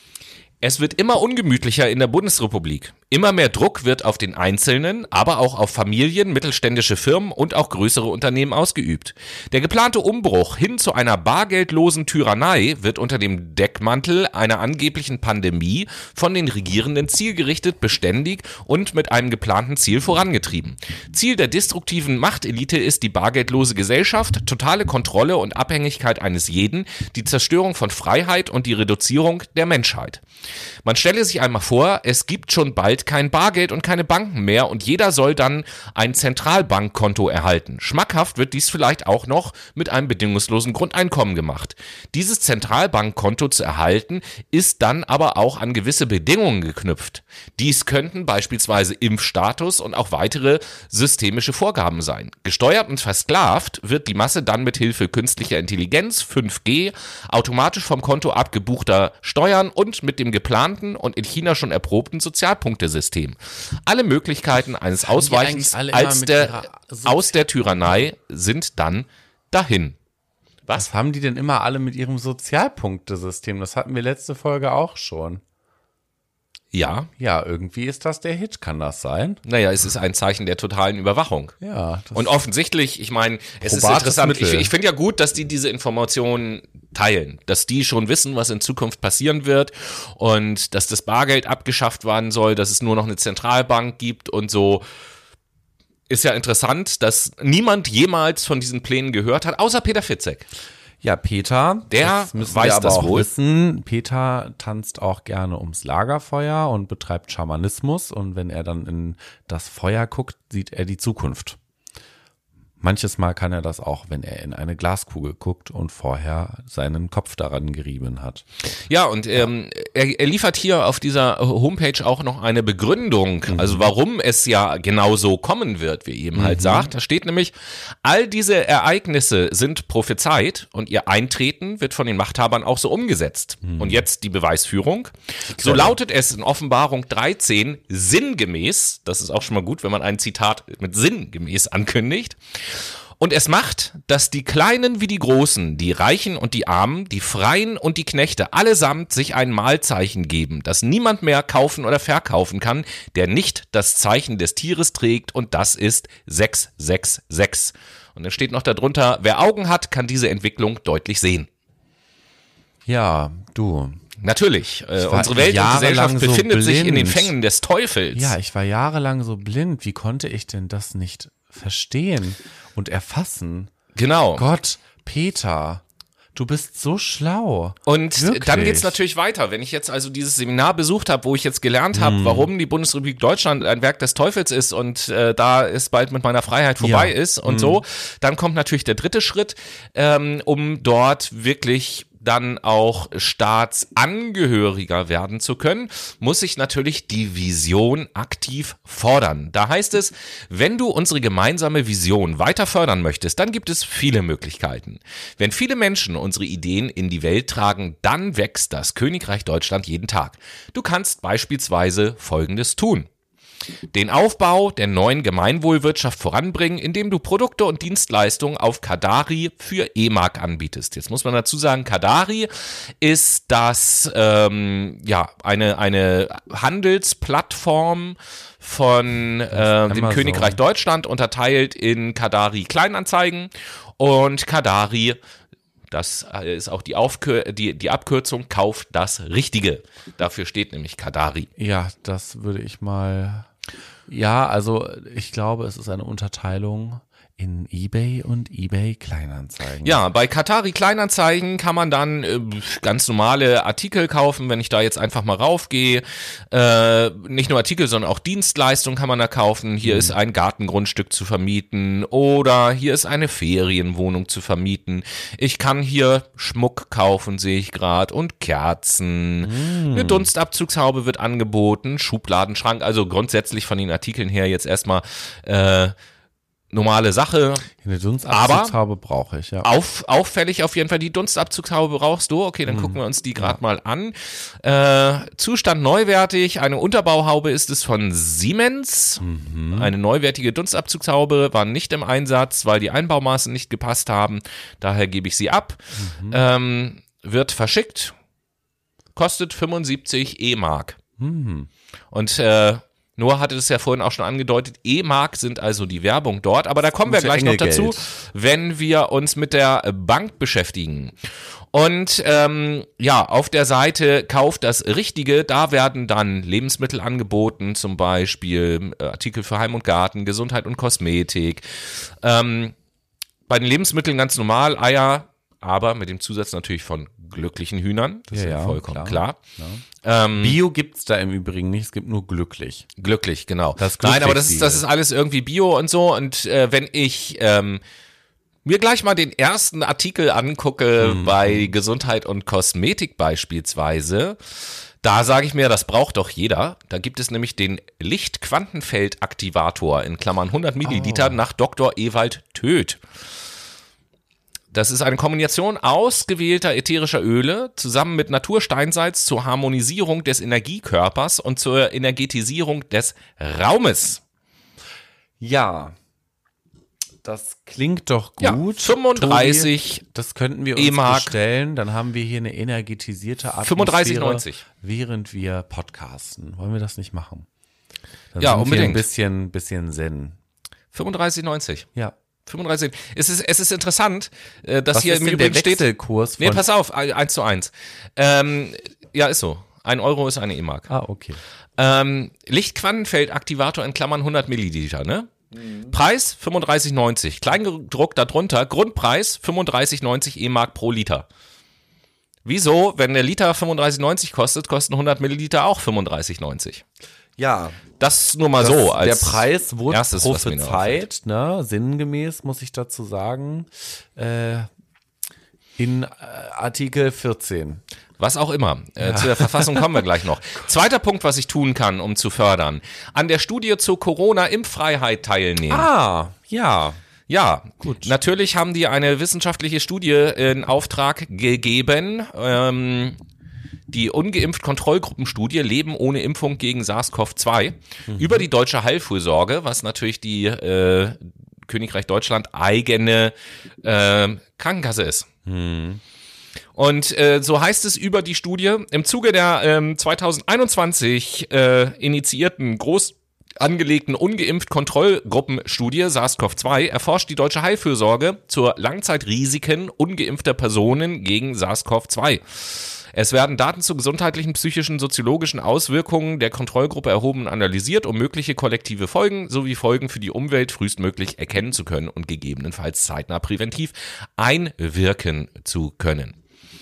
Es wird immer ungemütlicher in der Bundesrepublik. Immer mehr Druck wird auf den Einzelnen, aber auch auf Familien, mittelständische Firmen und auch größere Unternehmen ausgeübt. Der geplante Umbruch hin zu einer bargeldlosen Tyrannei wird unter dem Deckmantel einer angeblichen Pandemie von den Regierenden zielgerichtet, beständig und mit einem geplanten Ziel vorangetrieben. Ziel der destruktiven Machtelite ist die bargeldlose Gesellschaft, totale Kontrolle und Abhängigkeit eines jeden, die Zerstörung von Freiheit und die Reduzierung der Menschheit. Man stelle sich einmal vor, es gibt schon bald kein Bargeld und keine Banken mehr, und jeder soll dann ein Zentralbankkonto erhalten. Schmackhaft wird dies vielleicht auch noch mit einem bedingungslosen Grundeinkommen gemacht. Dieses Zentralbankkonto zu erhalten, ist dann aber auch an gewisse Bedingungen geknüpft. Dies könnten beispielsweise Impfstatus und auch weitere systemische Vorgaben sein. Gesteuert und versklavt wird die Masse dann mit Hilfe künstlicher Intelligenz, fünf G, automatisch vom Konto abgebuchter Steuern und mit dem geplanten und in China schon erprobten Sozialpunktesystem. Alle Möglichkeiten eines Ausweichens eigentlich alle immer als mit der, ihrer Sozi- aus der Tyrannei sind dann dahin. Was? Was haben die denn immer alle mit ihrem Sozialpunktesystem? Das hatten wir letzte Folge auch schon. Ja. Ja, irgendwie ist das der Hit, kann das sein? Naja, es ist ein Zeichen der totalen Überwachung. Ja. Das Und offensichtlich, ich meine, es ist Probates interessant, ich, Mittel. ich finde ja gut, dass die diese Informationen teilen, dass die schon wissen, was in Zukunft passieren wird und dass das Bargeld abgeschafft werden soll, dass es nur noch eine Zentralbank gibt und so. Ist ja interessant, dass niemand jemals von diesen Plänen gehört hat, außer Peter Fitzek. Ja, Peter, Der das müssen weiß wir aber das auch wohl. wissen. Peter tanzt auch gerne ums Lagerfeuer und betreibt Schamanismus. Und wenn er dann in das Feuer guckt, sieht er die Zukunft. Manches Mal kann er das auch, wenn er in eine Glaskugel guckt und vorher seinen Kopf daran gerieben hat. Ja, und ähm, er, er liefert hier auf dieser Homepage auch noch eine Begründung, mhm. also warum es ja genau so kommen wird, wie er eben mhm. halt sagt. Da steht nämlich, all diese Ereignisse sind prophezeit und ihr Eintreten wird von den Machthabern auch so umgesetzt. Mhm. Und jetzt die Beweisführung. So lautet es in Offenbarung dreizehn sinngemäß, das ist auch schon mal gut, wenn man ein Zitat mit sinngemäß ankündigt. Und es macht, dass die Kleinen wie die Großen, die Reichen und die Armen, die Freien und die Knechte allesamt sich ein Mahlzeichen geben, das niemand mehr kaufen oder verkaufen kann, der nicht das Zeichen des Tieres trägt, und das ist sechs sechs sechs. Und dann steht noch darunter, wer Augen hat, kann diese Entwicklung deutlich sehen. Ja, du. Natürlich, äh, unsere Welt und Gesellschaft so befindet blind. sich in den Fängen des Teufels. Ja, ich war jahrelang so blind. Wie konnte ich denn das nicht verstehen und erfassen? Genau. Gott, Peter, du bist so schlau. Und Wirklich? Dann geht's natürlich weiter. Wenn ich jetzt also dieses Seminar besucht habe, wo ich jetzt gelernt habe, hm. warum die Bundesrepublik Deutschland ein Werk des Teufels ist und äh, da es bald mit meiner Freiheit vorbei ja. ist und hm. so, dann kommt natürlich der dritte Schritt, ähm, um dort wirklich dann auch Staatsangehöriger werden zu können, muss ich natürlich die Vision aktiv fordern. Da heißt es, wenn du unsere gemeinsame Vision weiter fördern möchtest, dann gibt es viele Möglichkeiten. Wenn viele Menschen unsere Ideen in die Welt tragen, dann wächst das Königreich Deutschland jeden Tag. Du kannst beispielsweise Folgendes tun: Den Aufbau der neuen Gemeinwohlwirtschaft voranbringen, indem du Produkte und Dienstleistungen auf Kadari für E-Mark anbietest. Jetzt muss man dazu sagen, Kadari ist das ähm, ja eine eine Handelsplattform von äh, dem Königreich Deutschland, unterteilt in Kadari Kleinanzeigen und Kadari. Das ist auch die, Aufkür- die, die Abkürzung, kauft das Richtige. Dafür steht nämlich Kadari. Ja, das würde ich mal... Ja, also ich glaube, es ist eine Unterteilung in eBay und eBay Kleinanzeigen. Ja, bei Kadari Kleinanzeigen kann man dann äh, ganz normale Artikel kaufen, wenn ich da jetzt einfach mal raufgehe. Äh, nicht nur Artikel, sondern auch Dienstleistungen kann man da kaufen. Hier mhm. ist ein Gartengrundstück zu vermieten oder hier ist eine Ferienwohnung zu vermieten. Ich kann hier Schmuck kaufen, sehe ich gerade, und Kerzen. Mhm. Eine Dunstabzugshaube wird angeboten, Schubladenschrank. Also grundsätzlich von den Artikeln her jetzt erstmal äh, normale Sache. Eine Dunstabzugshaube brauche ich, ja. Auf, auffällig auf jeden Fall, die Dunstabzugshaube brauchst du. Okay, dann mhm. gucken wir uns die gerade ja. mal an. Äh, Zustand neuwertig. Eine Unterbauhaube ist es von Siemens. Mhm. Eine neuwertige Dunstabzugshaube war nicht im Einsatz, weil die Einbaumaße nicht gepasst haben. Daher gebe ich sie ab. Mhm. Ähm, wird verschickt. Kostet fünfundsiebzig E-Mark. Mhm. Und äh, Noah hatte es ja vorhin auch schon angedeutet, E-Mark sind also die Werbung dort, aber da kommen wir gleich noch dazu, wenn wir uns mit der Bank beschäftigen. Und ähm, ja, auf der Seite Kauft das Richtige, da werden dann Lebensmittel angeboten, zum Beispiel äh, Artikel für Heim und Garten, Gesundheit und Kosmetik. Ähm, bei den Lebensmitteln ganz normal, Eier, aber mit dem Zusatz natürlich von glücklichen Hühnern, das ja, ist ja, ja vollkommen klar. klar. klar. Ähm, Bio gibt's da im Übrigen nicht, es gibt nur glücklich. Glücklich, genau. Das Nein, aber das ist, das ist alles irgendwie Bio und so, und äh, wenn ich ähm, mir gleich mal den ersten Artikel angucke mhm. bei Gesundheit und Kosmetik beispielsweise, da sage ich mir, das braucht doch jeder. Da gibt es nämlich den Lichtquantenfeldaktivator in Klammern hundert Milliliter oh. nach Doktor Ewald Töth. Das ist eine Kombination ausgewählter ätherischer Öle zusammen mit Natursteinsalz zur Harmonisierung des Energiekörpers und zur Energetisierung des Raumes. Ja, Das klingt doch Ja, gut. fünfunddreißig Tobi, das könnten wir uns E-Mark. bestellen. Dann haben wir hier eine energetisierte Atmosphäre, fünfunddreißig neunzig. während wir podcasten. Wollen wir das nicht machen? Dann Ja, sind unbedingt. Wir ein bisschen, bisschen Zen. fünfunddreißig neunzig. Ja. fünfunddreißig. Es ist, es ist interessant, äh, dass Was hier ist im denn der Übrigen steht. Wechselkurs Nee, von- pass auf, eins zu eins. Ähm, ja, ist so. Ein Euro ist eine E-Mark. Ah, okay. Ähm, Lichtquantenfeldaktivator in Klammern hundert Milliliter, ne? Preis fünfunddreißig neunzig. Kleingedruckt darunter, Grundpreis fünfunddreißig neunzig E-Mark pro Liter. Wieso, wenn der Liter fünfunddreißig neunzig kostet, kosten hundert Milliliter auch fünfunddreißig neunzig? Ja, Das nur mal das, so. Als der Preis wurde erstes, was mir noch auffällt. prophezeit, ne, sinngemäß, muss ich dazu sagen, äh, in äh, Artikel vierzehn. Was auch immer. Äh, Zu der Verfassung kommen wir gleich noch. Zweiter Punkt, was ich tun kann, um zu fördern. An der Studie zur Corona-Impffreiheit teilnehmen. Ah, ja. Ja, gut. Natürlich haben die eine wissenschaftliche Studie in Auftrag gegeben. Ähm, die Ungeimpft-Kontrollgruppenstudie Leben ohne Impfung gegen SARS-C o V zwei mhm. über die deutsche Heilfürsorge, was natürlich die äh, Königreich Deutschland eigene äh, Krankenkasse ist. Mhm. Und äh, so heißt es über die Studie, im Zuge der ähm, zweitausendeinundzwanzig äh, initiierten groß angelegten Ungeimpft-Kontrollgruppenstudie SARS-C o V zwei erforscht die deutsche Heilfürsorge zur Langzeitrisiken ungeimpfter Personen gegen SARS-C o V zwei. Es werden Daten zu gesundheitlichen, psychischen, soziologischen Auswirkungen der Kontrollgruppe erhoben und analysiert, um mögliche kollektive Folgen sowie Folgen für die Umwelt frühestmöglich erkennen zu können und gegebenenfalls zeitnah präventiv einwirken zu können.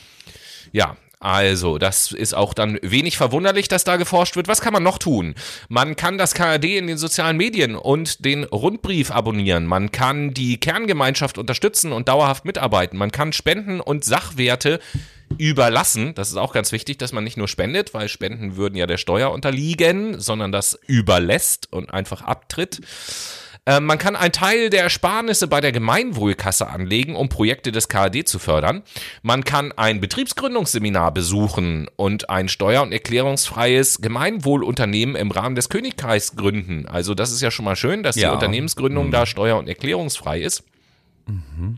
Ja, also das ist auch dann wenig verwunderlich, dass da geforscht wird. Was kann man noch tun? Man kann das K A D in den sozialen Medien und den Rundbrief abonnieren. Man kann die Kerngemeinschaft unterstützen und dauerhaft mitarbeiten. Man kann Spenden und Sachwerte überlassen. Das ist auch ganz wichtig, dass man nicht nur spendet, weil Spenden würden ja der Steuer unterliegen, sondern das überlässt und einfach abtritt. Ähm, man kann einen Teil der Ersparnisse bei der Gemeinwohlkasse anlegen, um Projekte des K A D zu fördern. Man kann ein Betriebsgründungsseminar besuchen und ein steuer- und erklärungsfreies Gemeinwohlunternehmen im Rahmen des Königreichs gründen. Also das ist ja schon mal schön, dass Ja. die Unternehmensgründung mhm. da steuer- und erklärungsfrei ist. Mhm.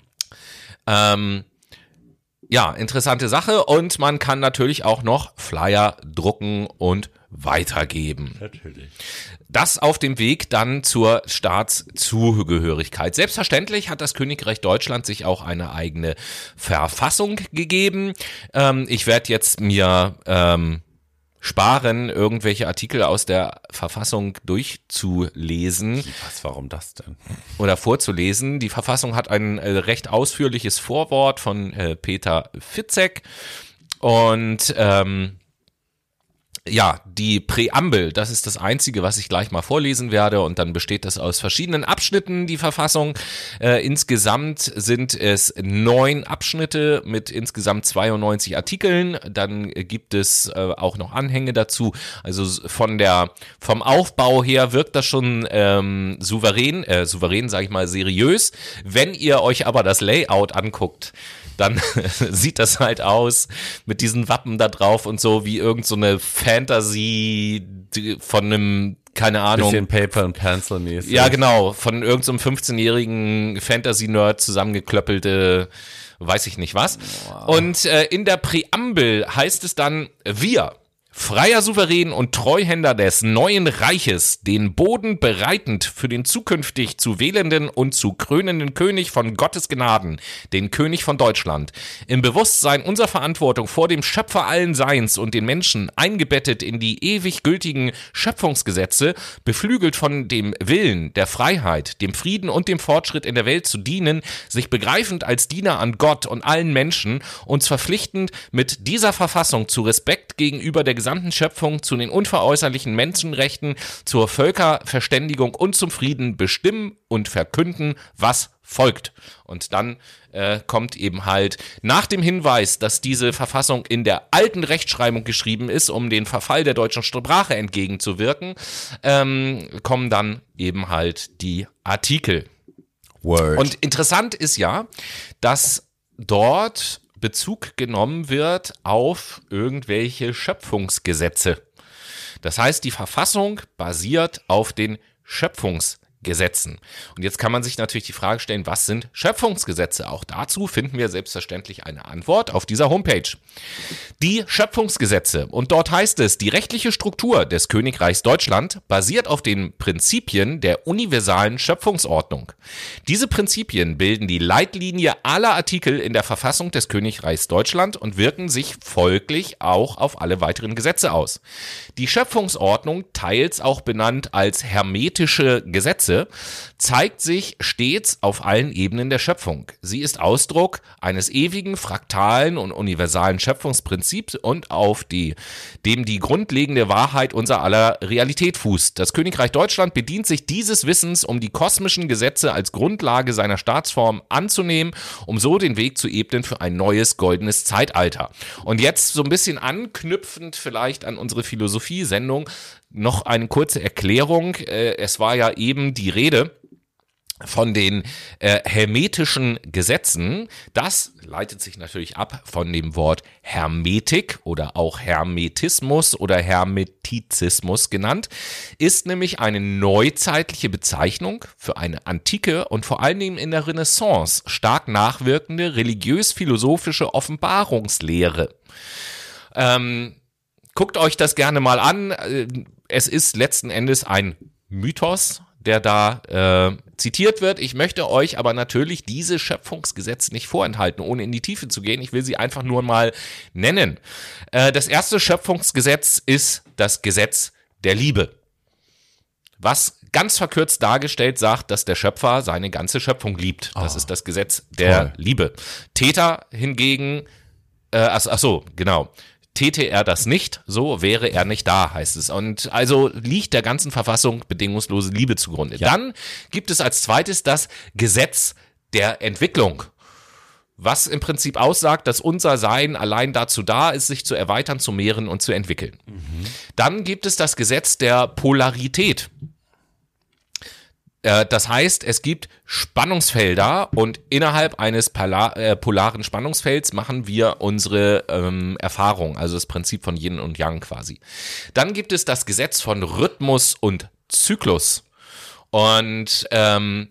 Ähm, ja, interessante Sache. Und man kann natürlich auch noch Flyer drucken und weitergeben. Natürlich. Das auf dem Weg dann zur Staatszugehörigkeit. Selbstverständlich hat das Königreich Deutschland sich auch eine eigene Verfassung gegeben. Ähm, ich werde jetzt mir ähm, sparen, irgendwelche Artikel aus der Verfassung durchzulesen. Was, warum das denn? Oder vorzulesen. Die Verfassung hat ein äh, recht ausführliches Vorwort von äh, Peter Fitzek und ähm, ja, die Präambel, das ist das Einzige, was ich gleich mal vorlesen werde und dann besteht das aus verschiedenen Abschnitten, die Verfassung. Äh, insgesamt sind es neun Abschnitte mit insgesamt zweiundneunzig Artikeln. Dann gibt es äh, auch noch Anhänge dazu. Also von der vom Aufbau her wirkt das schon ähm, souverän, äh, souverän sage ich mal seriös. Wenn ihr euch aber das Layout anguckt, dann sieht das halt aus mit diesen Wappen da drauf und so wie irgend so eine Fantasy von einem, keine Ahnung. Bisschen Paper and Pencil mäßig. Ja, genau, von irgend so einem fünfzehnjährigen Fantasy-Nerd zusammengeklöppelte, weiß ich nicht was. Wow. Und äh, in der Präambel heißt es dann, wir, freier Souverän und Treuhänder des neuen Reiches, den Boden bereitend für den zukünftig zu wählenden und zu krönenden König von Gottes Gnaden, den König von Deutschland, im Bewusstsein unserer Verantwortung vor dem Schöpfer allen Seins und den Menschen, eingebettet in die ewig gültigen Schöpfungsgesetze, beflügelt von dem Willen, der Freiheit, dem Frieden und dem Fortschritt in der Welt zu dienen, sich begreifend als Diener an Gott und allen Menschen, uns verpflichtend mit dieser Verfassung zu Respekt gegenüber der gesamten Schöpfung, zu den unveräußerlichen Menschenrechten, zur Völkerverständigung und zum Frieden bestimmen und verkünden, was folgt. Und dann äh, kommt eben halt nach dem Hinweis, dass diese Verfassung in der alten Rechtschreibung geschrieben ist, um den Verfall der deutschen Sprache entgegenzuwirken, ähm, kommen dann eben halt die Artikel. Word. Und interessant ist ja, dass dort Bezug genommen wird auf irgendwelche Schöpfungsgesetze. Das heißt, die Verfassung basiert auf den Schöpfungsgesetzen. Gesetzen. Und jetzt kann man sich natürlich die Frage stellen, was sind Schöpfungsgesetze? Auch dazu finden wir selbstverständlich eine Antwort auf dieser Homepage. Die Schöpfungsgesetze. Und dort heißt es, die rechtliche Struktur des Königreichs Deutschland basiert auf den Prinzipien der universalen Schöpfungsordnung. Diese Prinzipien bilden die Leitlinie aller Artikel in der Verfassung des Königreichs Deutschland und wirken sich folglich auch auf alle weiteren Gesetze aus. Die Schöpfungsordnung, teils auch benannt als hermetische Gesetze, zeigt sich stets auf allen Ebenen der Schöpfung. Sie ist Ausdruck eines ewigen, fraktalen und universalen Schöpfungsprinzips und auf die, dem die grundlegende Wahrheit unser aller Realität fußt. Das Königreich Deutschland bedient sich dieses Wissens, um die kosmischen Gesetze als Grundlage seiner Staatsform anzunehmen, um so den Weg zu ebnen für ein neues goldenes Zeitalter. Und jetzt so ein bisschen anknüpfend vielleicht an unsere Philosophie-Sendung noch eine kurze Erklärung. Es war ja eben die Rede von den äh, hermetischen Gesetzen. Das leitet sich natürlich ab von dem Wort Hermetik oder auch Hermetismus oder Hermetizismus genannt, ist nämlich eine neuzeitliche Bezeichnung für eine antike und vor allen Dingen in der Renaissance stark nachwirkende religiös-philosophische Offenbarungslehre. Ähm, guckt euch das gerne mal an. Es ist letzten Endes ein Mythos, der da äh, zitiert wird. Ich möchte euch aber natürlich diese Schöpfungsgesetze nicht vorenthalten, ohne in die Tiefe zu gehen. Ich will sie einfach nur mal nennen. Äh, das erste Schöpfungsgesetz ist das Gesetz der Liebe, was ganz verkürzt dargestellt sagt, dass der Schöpfer seine ganze Schöpfung liebt. Das oh, ist das Gesetz der toll. Liebe. Täter hingegen, äh, ach, ach so, genau. Täte er das nicht, so wäre er nicht da, heißt es. Und also liegt der ganzen Verfassung bedingungslose Liebe zugrunde. Ja. Dann gibt es als zweites das Gesetz der Entwicklung, was im Prinzip aussagt, dass unser Sein allein dazu da ist, sich zu erweitern, zu mehren und zu entwickeln. Mhm. Dann gibt es das Gesetz der Polarität. Das heißt, es gibt Spannungsfelder und innerhalb eines Polar, äh, polaren Spannungsfelds machen wir unsere ähm, Erfahrung, also das Prinzip von Yin und Yang quasi. Dann gibt es das Gesetz von Rhythmus und Zyklus. Und ähm,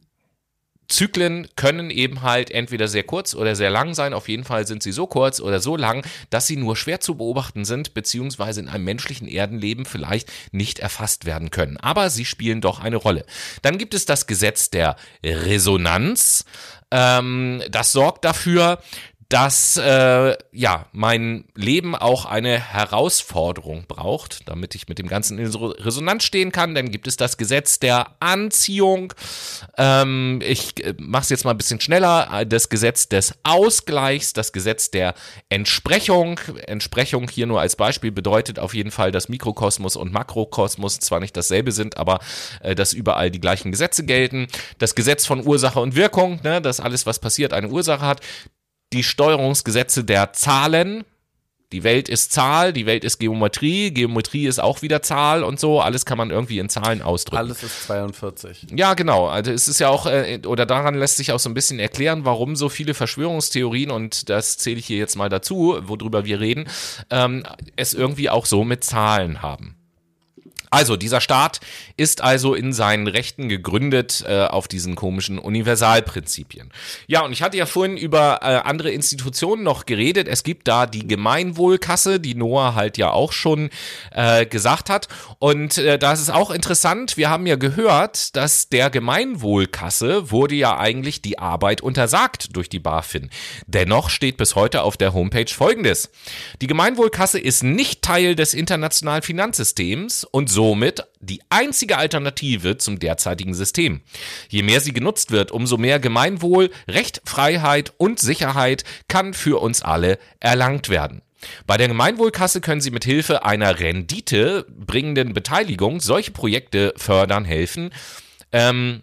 Zyklen können eben halt entweder sehr kurz oder sehr lang sein. Auf jeden Fall sind sie so kurz oder so lang, dass sie nur schwer zu beobachten sind, beziehungsweise in einem menschlichen Erdenleben vielleicht nicht erfasst werden können. Aber sie spielen doch eine Rolle. Dann gibt es das Gesetz der Resonanz. Ähm, das sorgt dafür, dass äh, ja mein Leben auch eine Herausforderung braucht, damit ich mit dem Ganzen in Resonanz stehen kann. Dann gibt es das Gesetz der Anziehung. Ähm, ich äh, mache es jetzt mal ein bisschen schneller. Das Gesetz des Ausgleichs, das Gesetz der Entsprechung. Entsprechung hier nur als Beispiel bedeutet auf jeden Fall, dass Mikrokosmos und Makrokosmos zwar nicht dasselbe sind, aber äh, dass überall die gleichen Gesetze gelten. Das Gesetz von Ursache und Wirkung, ne, dass alles, was passiert, eine Ursache hat. Die Steuerungsgesetze der Zahlen, die Welt ist Zahl, die Welt ist Geometrie, Geometrie ist auch wieder Zahl und so, alles kann man irgendwie in Zahlen ausdrücken. Alles ist zweiundvierzig. Ja, genau, also es ist ja auch, oder daran lässt sich auch so ein bisschen erklären, warum so viele Verschwörungstheorien, und das zähle ich hier jetzt mal dazu, worüber wir reden, ähm, es irgendwie auch so mit Zahlen haben. Also, dieser Staat ist also in seinen Rechten gegründet äh, auf diesen komischen Universalprinzipien. Ja, und ich hatte ja vorhin über äh, andere Institutionen noch geredet. Es gibt da die Gemeinwohlkasse, die Noah halt ja auch schon äh, gesagt hat. Und äh, das ist auch interessant. Wir haben ja gehört, dass der Gemeinwohlkasse wurde ja eigentlich die Arbeit untersagt durch die BaFin. Dennoch steht bis heute auf der Homepage Folgendes. Die Gemeinwohlkasse ist nicht Teil des internationalen Finanzsystems und somit die einzige Alternative zum derzeitigen System. Je mehr sie genutzt wird, umso mehr Gemeinwohl, Recht, Freiheit und Sicherheit kann für uns alle erlangt werden. Bei der Gemeinwohlkasse können Sie mit Hilfe einer Rendite bringenden Beteiligung solche Projekte fördern helfen. Ähm,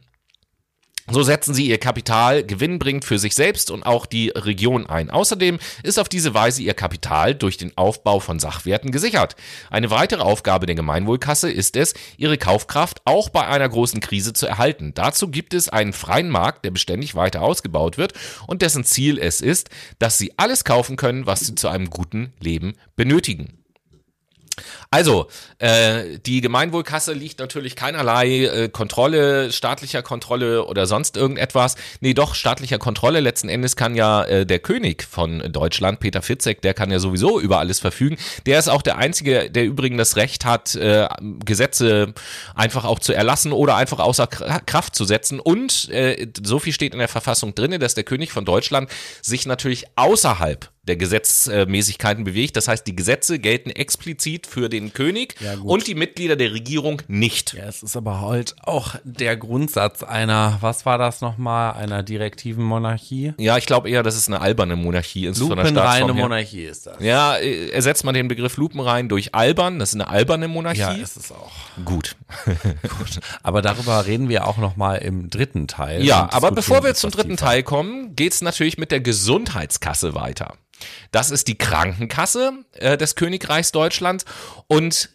So setzen sie ihr Kapital gewinnbringend für sich selbst und auch die Region ein. Außerdem ist auf diese Weise ihr Kapital durch den Aufbau von Sachwerten gesichert. Eine weitere Aufgabe der Gemeinwohlkasse ist es, ihre Kaufkraft auch bei einer großen Krise zu erhalten. Dazu gibt es einen freien Markt, der beständig weiter ausgebaut wird und dessen Ziel es ist, dass sie alles kaufen können, was sie zu einem guten Leben benötigen. Also, äh, die Gemeinwohlkasse liegt natürlich keinerlei äh, Kontrolle, staatlicher Kontrolle oder sonst irgendetwas. Nee, doch, staatlicher Kontrolle. Letzten Endes kann ja äh, der König von Deutschland, Peter Fitzek, der kann ja sowieso über alles verfügen. Der ist auch der Einzige, der übrigens das Recht hat, äh, Gesetze einfach auch zu erlassen oder einfach außer Kraft zu setzen. Und äh, so viel steht in der Verfassung drin, dass der König von Deutschland sich natürlich außerhalb der Gesetzmäßigkeiten bewegt. Das heißt, die Gesetze gelten explizit für den König ja, und die Mitglieder der Regierung nicht. Ja, es ist aber halt auch der Grundsatz einer, was war das nochmal, einer direktiven Monarchie? Ja, ich glaube eher, dass es eine alberne Monarchie ist. Lupenreine Monarchie ist das. Ja, ersetzt man den Begriff lupenrein durch albern, das ist eine alberne Monarchie. Ja, ist es auch. Gut. Gut. Aber darüber reden wir auch nochmal im dritten Teil. Ja, aber bevor wir zum dritten Teil kommen, geht's natürlich mit der Gesundheitskasse weiter. Das ist die Krankenkasse äh, des Königreichs Deutschland und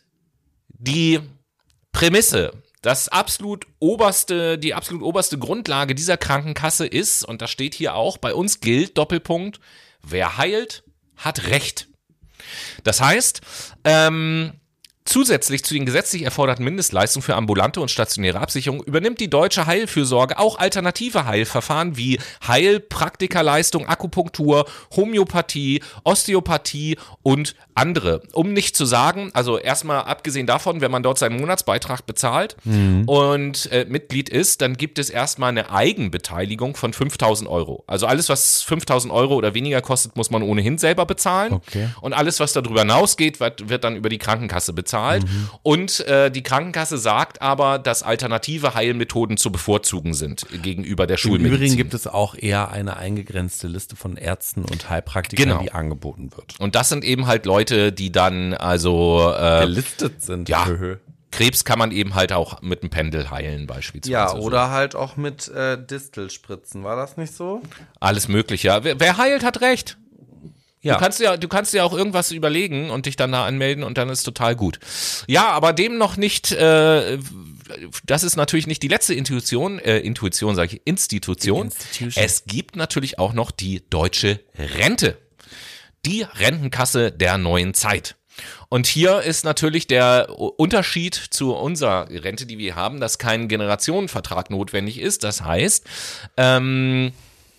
die Prämisse, das absolut oberste, die absolut oberste Grundlage dieser Krankenkasse ist, und das steht hier auch, bei uns gilt, Doppelpunkt, wer heilt, hat Recht. Das heißt, ähm, zusätzlich zu den gesetzlich erforderten Mindestleistungen für ambulante und stationäre Absicherung übernimmt die deutsche Heilfürsorge auch alternative Heilverfahren wie Heilpraktikerleistung, Akupunktur, Homöopathie, Osteopathie und andere. Um nicht zu sagen, also erstmal abgesehen davon, wenn man dort seinen Monatsbeitrag bezahlt mhm. und äh, Mitglied ist, dann gibt es erstmal eine Eigenbeteiligung von fünftausend Euro. Also alles, was fünftausend Euro oder weniger kostet, muss man ohnehin selber bezahlen. Okay. Und alles, was darüber hinausgeht, wird, wird dann über die Krankenkasse bezahlt. Mhm. Und äh, die Krankenkasse sagt aber, dass alternative Heilmethoden zu bevorzugen sind gegenüber der Schulmedizin. Im Übrigen gibt es auch eher eine eingegrenzte Liste von Ärzten und Heilpraktikern, genau. die angeboten wird. Und das sind eben halt Leute, die dann also äh, gelistet sind. Ja, Krebs kann man eben halt auch mit einem Pendel heilen beispielsweise. Ja, oder so. Halt auch mit äh, Distelspritzen, war das nicht so? Alles mögliche, ja. Wer, wer heilt, hat Recht. Ja. Du kannst ja, du kannst ja auch irgendwas überlegen und dich dann da anmelden und dann ist total gut. Ja, aber dem noch nicht, äh, das ist natürlich nicht die letzte Intuition, äh, Intuition sage ich, Institution. Es gibt natürlich auch noch die deutsche Rente. Die Rentenkasse der neuen Zeit. Und hier ist natürlich der Unterschied zu unserer Rente, die wir haben, dass kein Generationenvertrag notwendig ist. Das heißt, ähm,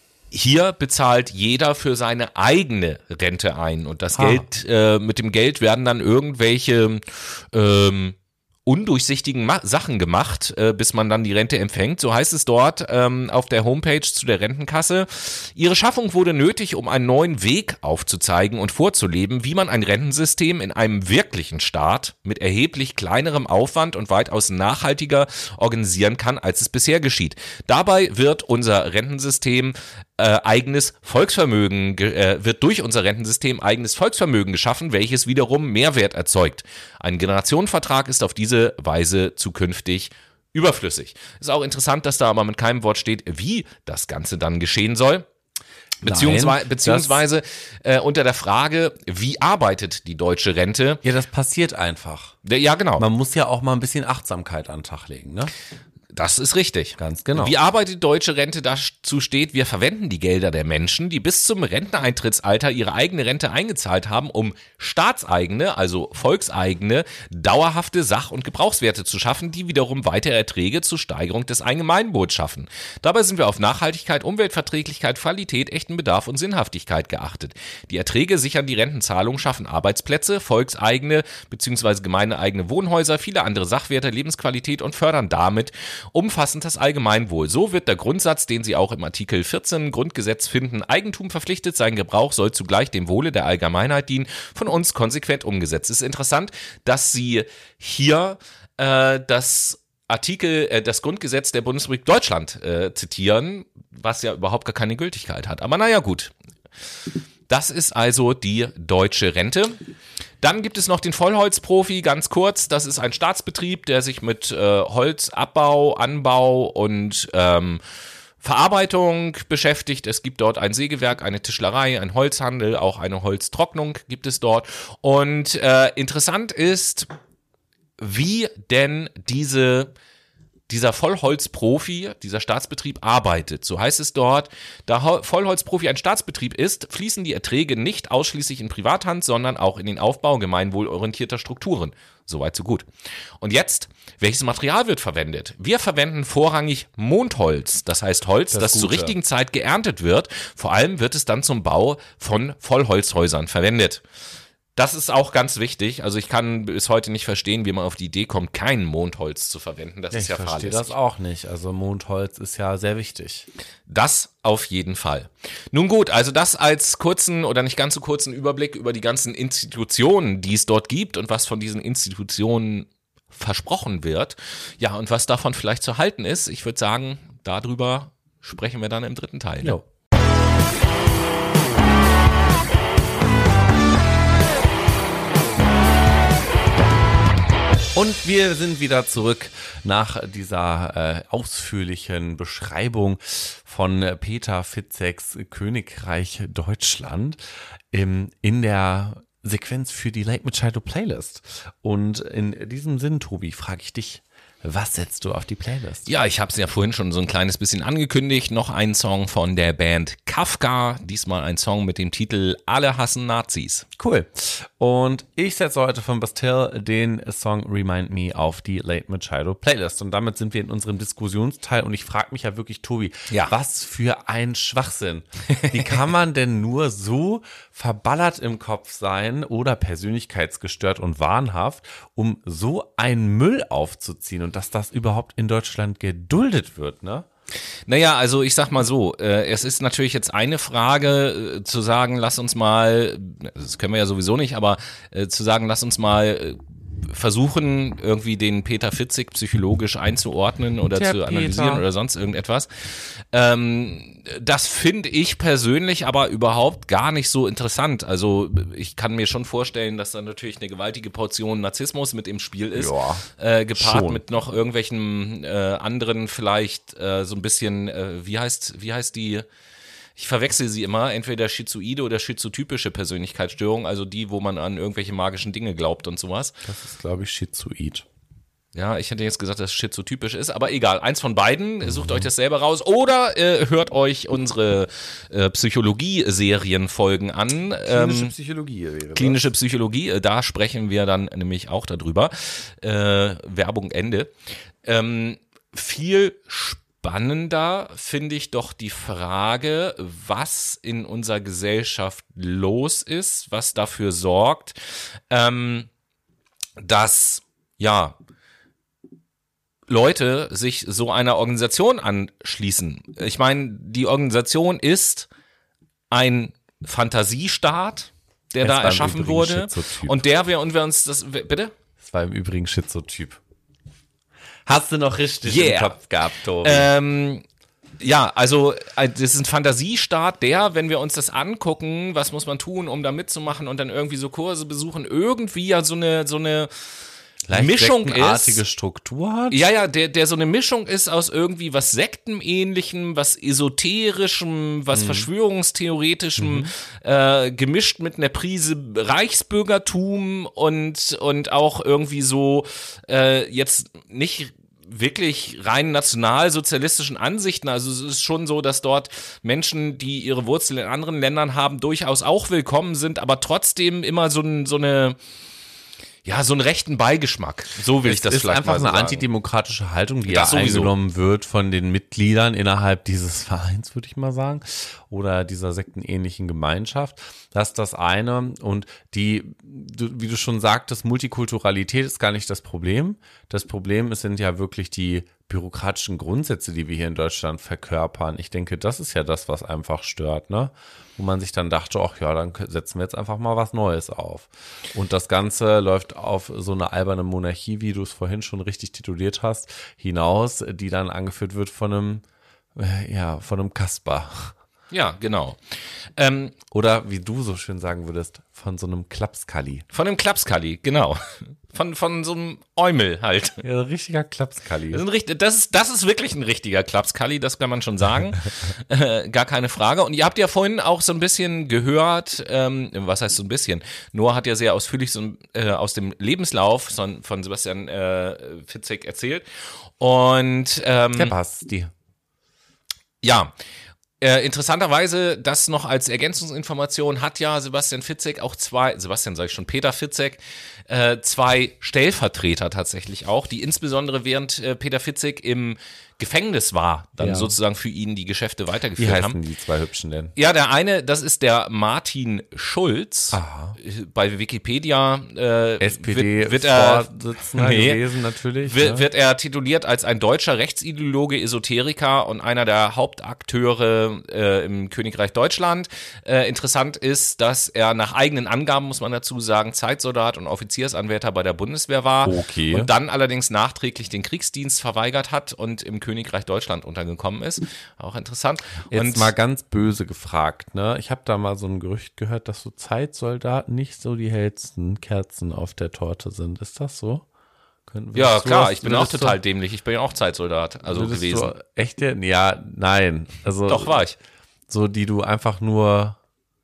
hier bezahlt jeder für seine eigene Rente ein. Und das ah. Geld, äh, mit dem Geld werden dann irgendwelche ähm, undurchsichtigen Ma- Sachen gemacht, äh, bis man dann die Rente empfängt. So heißt es dort ähm, auf der Homepage zu der Rentenkasse. Ihre Schaffung wurde nötig, um einen neuen Weg aufzuzeigen und vorzuleben, wie man ein Rentensystem in einem wirklichen Staat mit erheblich kleinerem Aufwand und weitaus nachhaltiger organisieren kann, als es bisher geschieht. Dabei wird unser Rentensystem Äh, eigenes Volksvermögen, äh, wird durch unser Rentensystem eigenes Volksvermögen geschaffen, welches wiederum Mehrwert erzeugt. Ein Generationenvertrag ist auf diese Weise zukünftig überflüssig. Ist auch interessant, dass da aber mit keinem Wort steht, wie das Ganze dann geschehen soll. Beziehungsweise, Nein, beziehungsweise äh, unter der Frage, wie arbeitet die deutsche Rente? Ja, das passiert einfach. Ja, genau. Man muss ja auch mal ein bisschen Achtsamkeit an den Tag legen, ne? Das ist richtig. Ganz genau. Wie arbeitet die deutsche Rente dazu steht, wir verwenden die Gelder der Menschen, die bis zum Renteneintrittsalter ihre eigene Rente eingezahlt haben, um staatseigene, also volkseigene, dauerhafte Sach- und Gebrauchswerte zu schaffen, die wiederum weitere Erträge zur Steigerung des Allgemeinwohls schaffen. Dabei sind wir auf Nachhaltigkeit, Umweltverträglichkeit, Qualität, echten Bedarf und Sinnhaftigkeit geachtet. Die Erträge sichern die Rentenzahlung, schaffen Arbeitsplätze, volkseigene bzw. gemeineeigene Wohnhäuser, viele andere Sachwerte, Lebensqualität und fördern damit umfassend das Allgemeinwohl. So wird der Grundsatz, den Sie auch im Artikel vierzehn Grundgesetz finden, Eigentum verpflichtet, sein Gebrauch soll zugleich dem Wohle der Allgemeinheit dienen, von uns konsequent umgesetzt. Es ist interessant, dass Sie hier äh, das Artikel, äh, das Grundgesetz der Bundesrepublik Deutschland äh, zitieren, was ja überhaupt gar keine Gültigkeit hat. Aber naja, gut. Das ist also die deutsche Rente. Dann gibt es noch den Vollholzprofi, ganz kurz. Das ist ein Staatsbetrieb, der sich mit äh, Holzabbau, Anbau und ähm, Verarbeitung beschäftigt. Es gibt dort ein Sägewerk, eine Tischlerei, ein Holzhandel, auch eine Holztrocknung gibt es dort. Und äh, interessant ist, wie denn diese dieser Vollholzprofi, dieser Staatsbetrieb arbeitet. So heißt es dort, da Vollholzprofi ein Staatsbetrieb ist, fließen die Erträge nicht ausschließlich in Privathand, sondern auch in den Aufbau gemeinwohlorientierter Strukturen. Soweit, so gut. Und jetzt, welches Material wird verwendet? Wir verwenden vorrangig Mondholz, das heißt Holz, das, das zur richtigen Zeit geerntet wird. Vor allem wird es dann zum Bau von Vollholzhäusern verwendet. Das ist auch ganz wichtig. Also ich kann bis heute nicht verstehen, wie man auf die Idee kommt, kein Mondholz zu verwenden. Das ja, ist ja fahrlässig. Ich verstehe das auch nicht. Also Mondholz ist ja sehr wichtig. Das auf jeden Fall. Nun gut, also das als kurzen oder nicht ganz so kurzen Überblick über die ganzen Institutionen, die es dort gibt und was von diesen Institutionen versprochen wird. Ja, und was davon vielleicht zu halten ist. Ich würde sagen, darüber sprechen wir dann im dritten Teil. Jo. Und wir sind wieder zurück nach dieser äh, ausführlichen Beschreibung von Peter Fitzeks Königreich Deutschland im, in der Sequenz für die Late Machado Playlist. Und in diesem Sinn, Tobi, frage ich dich, was setzt du auf die Playlist? Ja, ich habe es ja vorhin schon so ein kleines bisschen angekündigt. Noch ein Song von der Band Kafka. Diesmal ein Song mit dem Titel Alle hassen Nazis. Cool. Und ich setze heute von Bastille den Song Remind Me auf die Late Machado Playlist. Und damit sind wir in unserem Diskussionsteil. Und ich frage mich ja wirklich, Tobi, ja. was für ein Schwachsinn. Wie kann man denn nur so verballert im Kopf sein oder persönlichkeitsgestört und wahnhaft, um so einen Müll aufzuziehen und dass das überhaupt in Deutschland geduldet wird, ne? Naja, also ich sag mal so, äh, es ist natürlich jetzt eine Frage äh, zu sagen, lass uns mal, das können wir ja sowieso nicht, aber äh, zu sagen, lass uns mal äh, versuchen, irgendwie den Peter Fitzek psychologisch einzuordnen oder Der zu analysieren Peter. oder sonst irgendetwas. Ähm, das finde ich persönlich aber überhaupt gar nicht so interessant. Also ich kann mir schon vorstellen, dass da natürlich eine gewaltige Portion Narzissmus mit im Spiel ist, Ja, äh, gepaart schon. mit noch irgendwelchen äh, anderen vielleicht äh, so ein bisschen, äh, wie heißt, wie heißt die, ich verwechsel sie immer, entweder schizoide oder schizotypische Persönlichkeitsstörung, also die, wo man an irgendwelche magischen Dinge glaubt und sowas. Das ist, glaube ich, schizoid. Ja, ich hätte jetzt gesagt, dass es schizotypisch ist, aber egal, eins von beiden, sucht mhm. euch das selber raus oder äh, hört euch unsere äh, Psychologie-Serienfolgen an. Klinische ähm, Psychologie wäre das. Klinische Psychologie, äh, da sprechen wir dann nämlich auch darüber. Äh, Werbung Ende. Ähm, viel Spannender finde ich doch die Frage, was in unserer Gesellschaft los ist, was dafür sorgt, ähm, dass, ja, Leute sich so einer Organisation anschließen. Ich meine, die Organisation ist ein Fantasiestaat, der Es da war im erschaffen Übrigen wurde. Schizotyp. Und der wir und wir uns das, bitte? Das war im Übrigen Schizotyp. Hast du noch richtig Yeah. im Kopf gehabt, Tobi? Ähm, ja, also äh, das ist ein Fantasiestaat, der, wenn wir uns das angucken, was muss man tun, um da mitzumachen und dann irgendwie so Kurse besuchen, irgendwie ja so eine so eine Leicht Mischung sektenartige ist. Struktur hat? Ja, ja, der, der so eine Mischung ist aus irgendwie was Sektenähnlichem, was Esoterischem, was mhm. Verschwörungstheoretischem, mhm. äh, gemischt mit einer Prise Reichsbürgertum und, und auch irgendwie so äh, jetzt nicht wirklich rein nationalsozialistischen Ansichten. Also es ist schon so, dass dort Menschen, die ihre Wurzeln in anderen Ländern haben, durchaus auch willkommen sind, aber trotzdem immer so, ein, so eine Ja, so einen rechten Beigeschmack. So will es ich das ist vielleicht einfach mal so eine sagen. antidemokratische Haltung, die Das ja sowieso. eingenommen wird von den Mitgliedern innerhalb dieses Vereins, würde ich mal sagen, oder dieser sektenähnlichen Gemeinschaft. Das ist das eine. Und die, du, wie du schon sagtest, Multikulturalität ist gar nicht das Problem. Das Problem ist, sind ja wirklich die bürokratischen Grundsätze, die wir hier in Deutschland verkörpern. Ich denke, das ist ja das, was einfach stört, ne? Wo man sich dann dachte, ach ja, dann setzen wir jetzt einfach mal was Neues auf. Und das Ganze läuft auf so eine alberne Monarchie, wie du es vorhin schon richtig tituliert hast, hinaus, die dann angeführt wird von einem, äh, ja, von einem Kasper. Ja, genau. Ähm, Oder wie du so schön sagen würdest, von so einem Klapskalli. von dem Klapskalli, genau. Von, von so einem Eumel halt. Ja, ein richtiger Klapskalli. Das ist, ein, richt- das, ist, das ist wirklich ein richtiger Klapskalli, das kann man schon sagen. äh, gar keine Frage. Und ihr habt ja vorhin auch so ein bisschen gehört, ähm, was heißt so ein bisschen? Noah hat ja sehr ausführlich so, äh, aus dem Lebenslauf von, von Sebastian äh, Fitzek erzählt. Und ähm, Der passt, die. ja, Äh, interessanterweise, das noch als Ergänzungsinformation, hat ja Sebastian Fitzek auch zwei, Sebastian sage ich schon, Peter Fitzek, äh, zwei Stellvertreter tatsächlich auch, die insbesondere während äh, Peter Fitzek im Gefängnis war, dann Ja. sozusagen für ihn die Geschäfte Wie weitergeführt heißen haben. die zwei Hübschen denn? Ja, der eine, das ist der Martin Schulz. Aha. Bei Wikipedia äh, S P D wird, wird er Vorsitzender Nee. gewesen natürlich. wird, ne? wird er tituliert als ein deutscher Rechtsideologe, Esoteriker und einer der Hauptakteure äh, im Königreich Deutschland. Äh, interessant ist, dass er nach eigenen Angaben, muss man dazu sagen, Zeitsoldat und Offiziersanwärter bei der Bundeswehr war. Okay. Und dann allerdings nachträglich den Kriegsdienst verweigert hat und im Königreich Deutschland untergekommen ist. Auch interessant. Jetzt und mal ganz böse gefragt, ne? Ich habe da mal so ein Gerücht gehört, dass so Zeitsoldaten nicht so die hellsten Kerzen auf der Torte sind. Ist das so? Können- ja, würdest du klar, das- ich bin auch würdest total du, dämlich. Ich bin ja auch Zeitsoldat, also würdest gewesen. Du echt? Ja, Ja, nein. Also Doch, war ich. so, die du einfach nur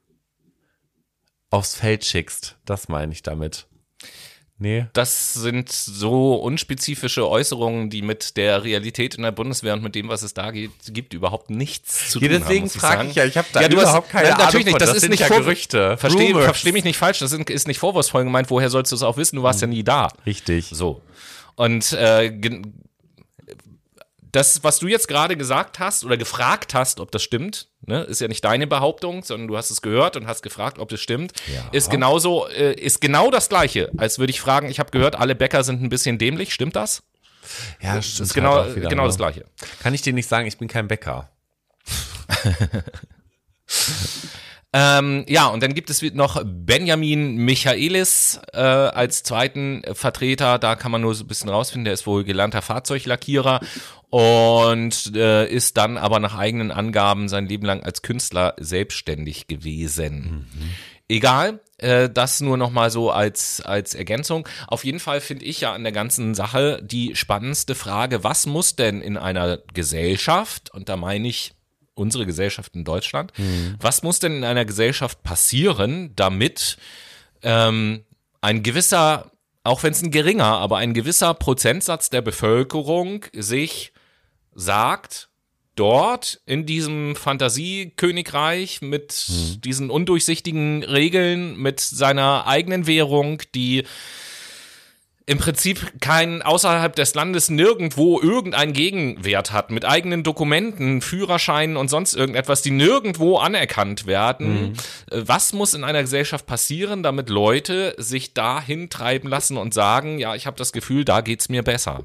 aufs Feld schickst. Das meine ich damit. Nee. Das sind so unspezifische Äußerungen, die mit der Realität in der Bundeswehr und mit dem, was es da geht, gibt, überhaupt nichts zu Ja, tun haben. deswegen muss ich frage sagen. ich ja, ich habe da Ja, du hast- überhaupt keine Nein, Ahnung natürlich nicht, von. das Das ist sind nicht ja vor- Gerüchte. Versteh, Rumors. versteh mich nicht falsch, das sind, ist nicht vorwurfsvoll gemeint. Woher sollst du es auch wissen? Du warst ja nie da. Richtig. So. Und äh, gen- das, was du jetzt gerade gesagt hast oder gefragt hast, ob das stimmt, ne, ist ja nicht deine Behauptung, sondern du hast es gehört und hast gefragt, ob es stimmt, Ja. ist genauso, äh, ist genau das Gleiche, als würde ich fragen, ich habe gehört, alle Bäcker sind ein bisschen dämlich, stimmt das? Ja, Das stimmt ist genau, halt auch wieder, genau ne? das Gleiche. Kann ich dir nicht sagen, ich bin kein Bäcker. Ähm, ja, und dann gibt es noch Benjamin Michaelis äh, als zweiten Vertreter. Da kann man nur so ein bisschen rausfinden, der ist wohl gelernter Fahrzeuglackierer und äh, ist dann aber nach eigenen Angaben sein Leben lang als Künstler selbstständig gewesen. Mhm. Egal, äh, das nur noch mal so als, als Ergänzung. Auf jeden Fall finde ich ja an der ganzen Sache die spannendste Frage, was muss denn in einer Gesellschaft, und da meine ich unsere Gesellschaft in Deutschland. Mhm. Was muss denn in einer Gesellschaft passieren, damit ähm, ein gewisser, auch wenn es ein geringer, aber ein gewisser Prozentsatz der Bevölkerung sich sagt, dort in diesem Fantasiekönigreich mit mhm. diesen undurchsichtigen Regeln, mit seiner eigenen Währung, die im Prinzip kein außerhalb des Landes nirgendwo irgendeinen Gegenwert hat, mit eigenen Dokumenten, Führerscheinen und sonst irgendetwas, die nirgendwo anerkannt werden. Mhm. Was muss in einer Gesellschaft passieren, damit Leute sich dahin treiben lassen und sagen, ja, ich habe das Gefühl, da geht's mir besser?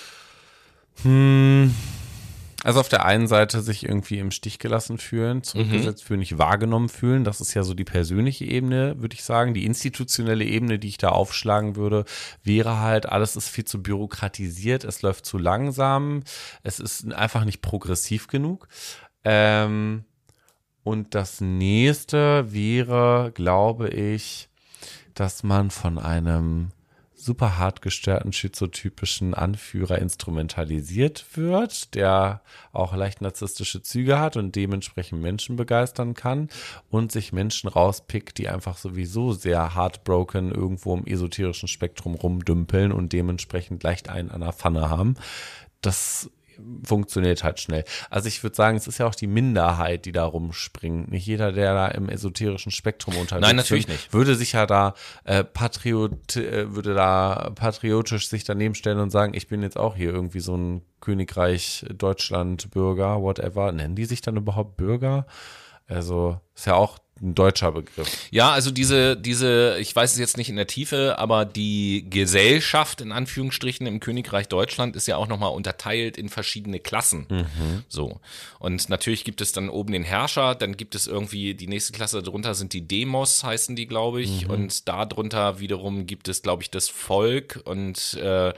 Hm. Also auf der einen Seite sich irgendwie im Stich gelassen fühlen, zurückgesetzt mhm. fühlen, nicht wahrgenommen fühlen. Das ist ja so die persönliche Ebene, würde ich sagen. Die institutionelle Ebene, die ich da aufschlagen würde, wäre halt, alles ist viel zu bürokratisiert, es läuft zu langsam, es ist einfach nicht progressiv genug. Ähm, und das nächste wäre, glaube ich, dass man von einem super hart gestörten, schizotypischen Anführer instrumentalisiert wird, der auch leicht narzisstische Züge hat und dementsprechend Menschen begeistern kann und sich Menschen rauspickt, die einfach sowieso sehr heartbroken irgendwo im esoterischen Spektrum rumdümpeln und dementsprechend leicht einen an der Pfanne haben. Das funktioniert halt schnell. Also ich würde sagen, es ist ja auch die Minderheit, die da rumspringt. Nicht jeder, der da im esoterischen Spektrum unterwegs ist. Nein, natürlich nicht. Würde sich ja da äh, Patriot, äh, würde da patriotisch sich daneben stellen und sagen, ich bin jetzt auch hier irgendwie so ein Königreich Deutschland Bürger, whatever. Nennen die sich dann überhaupt Bürger? Also ist ja auch ein deutscher Begriff. Ja, also diese, diese, ich weiß es jetzt nicht in der Tiefe, aber die Gesellschaft in Anführungsstrichen im Königreich Deutschland ist ja auch nochmal unterteilt in verschiedene Klassen. Mhm. So. Und natürlich gibt es dann oben den Herrscher, dann gibt es irgendwie, die nächste Klasse darunter sind die Demos, heißen die, glaube ich. Mhm. Und darunter wiederum gibt es, glaube ich, das Volk und äh,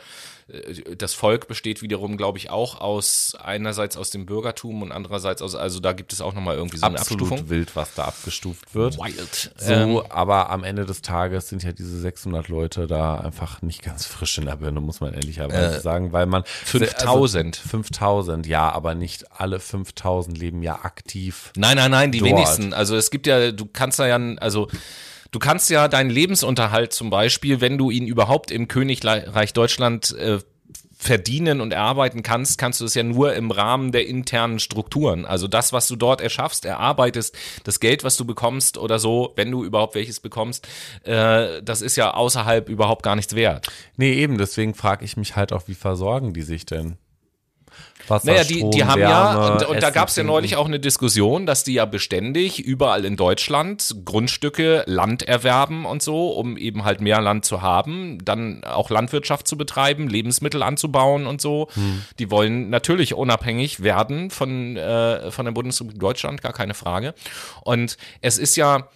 das Volk besteht wiederum, glaube ich, auch aus einerseits aus dem Bürgertum und andererseits aus, also da gibt es auch nochmal irgendwie so eine Absolut Abstufung. wild, was da abgestuft wird. Wild. So, Ähm, aber am Ende des Tages sind ja diese sechshundert Leute da einfach nicht ganz frisch in der Birne, muss man ehrlicherweise Äh, sagen, weil man fünftausend. Also fünftausend, ja, aber nicht alle fünftausend leben ja aktiv. Nein, nein, nein, die dort. wenigsten. Also es gibt ja, du kannst da ja, also du kannst ja deinen Lebensunterhalt zum Beispiel, wenn du ihn überhaupt im Königreich Deutschland äh, verdienen und erarbeiten kannst, kannst du es ja nur im Rahmen der internen Strukturen. Also das, was du dort erschaffst, erarbeitest, das Geld, was du bekommst oder so, wenn du überhaupt welches bekommst, äh, das ist ja außerhalb überhaupt gar nichts wert. Nee, eben, deswegen frage ich mich halt auch, wie versorgen die sich denn? Wasser, Naja, die, Strom, die haben Wärme, ja, und, und da Essen, gab es ja Trinken. neulich auch eine Diskussion, dass die ja beständig überall in Deutschland Grundstücke, Land erwerben und so, um eben halt mehr Land zu haben, dann auch Landwirtschaft zu betreiben, Lebensmittel anzubauen und so. Hm. Die wollen natürlich unabhängig werden von, äh, von der Bundesrepublik Deutschland, gar keine Frage. Und es ist ja,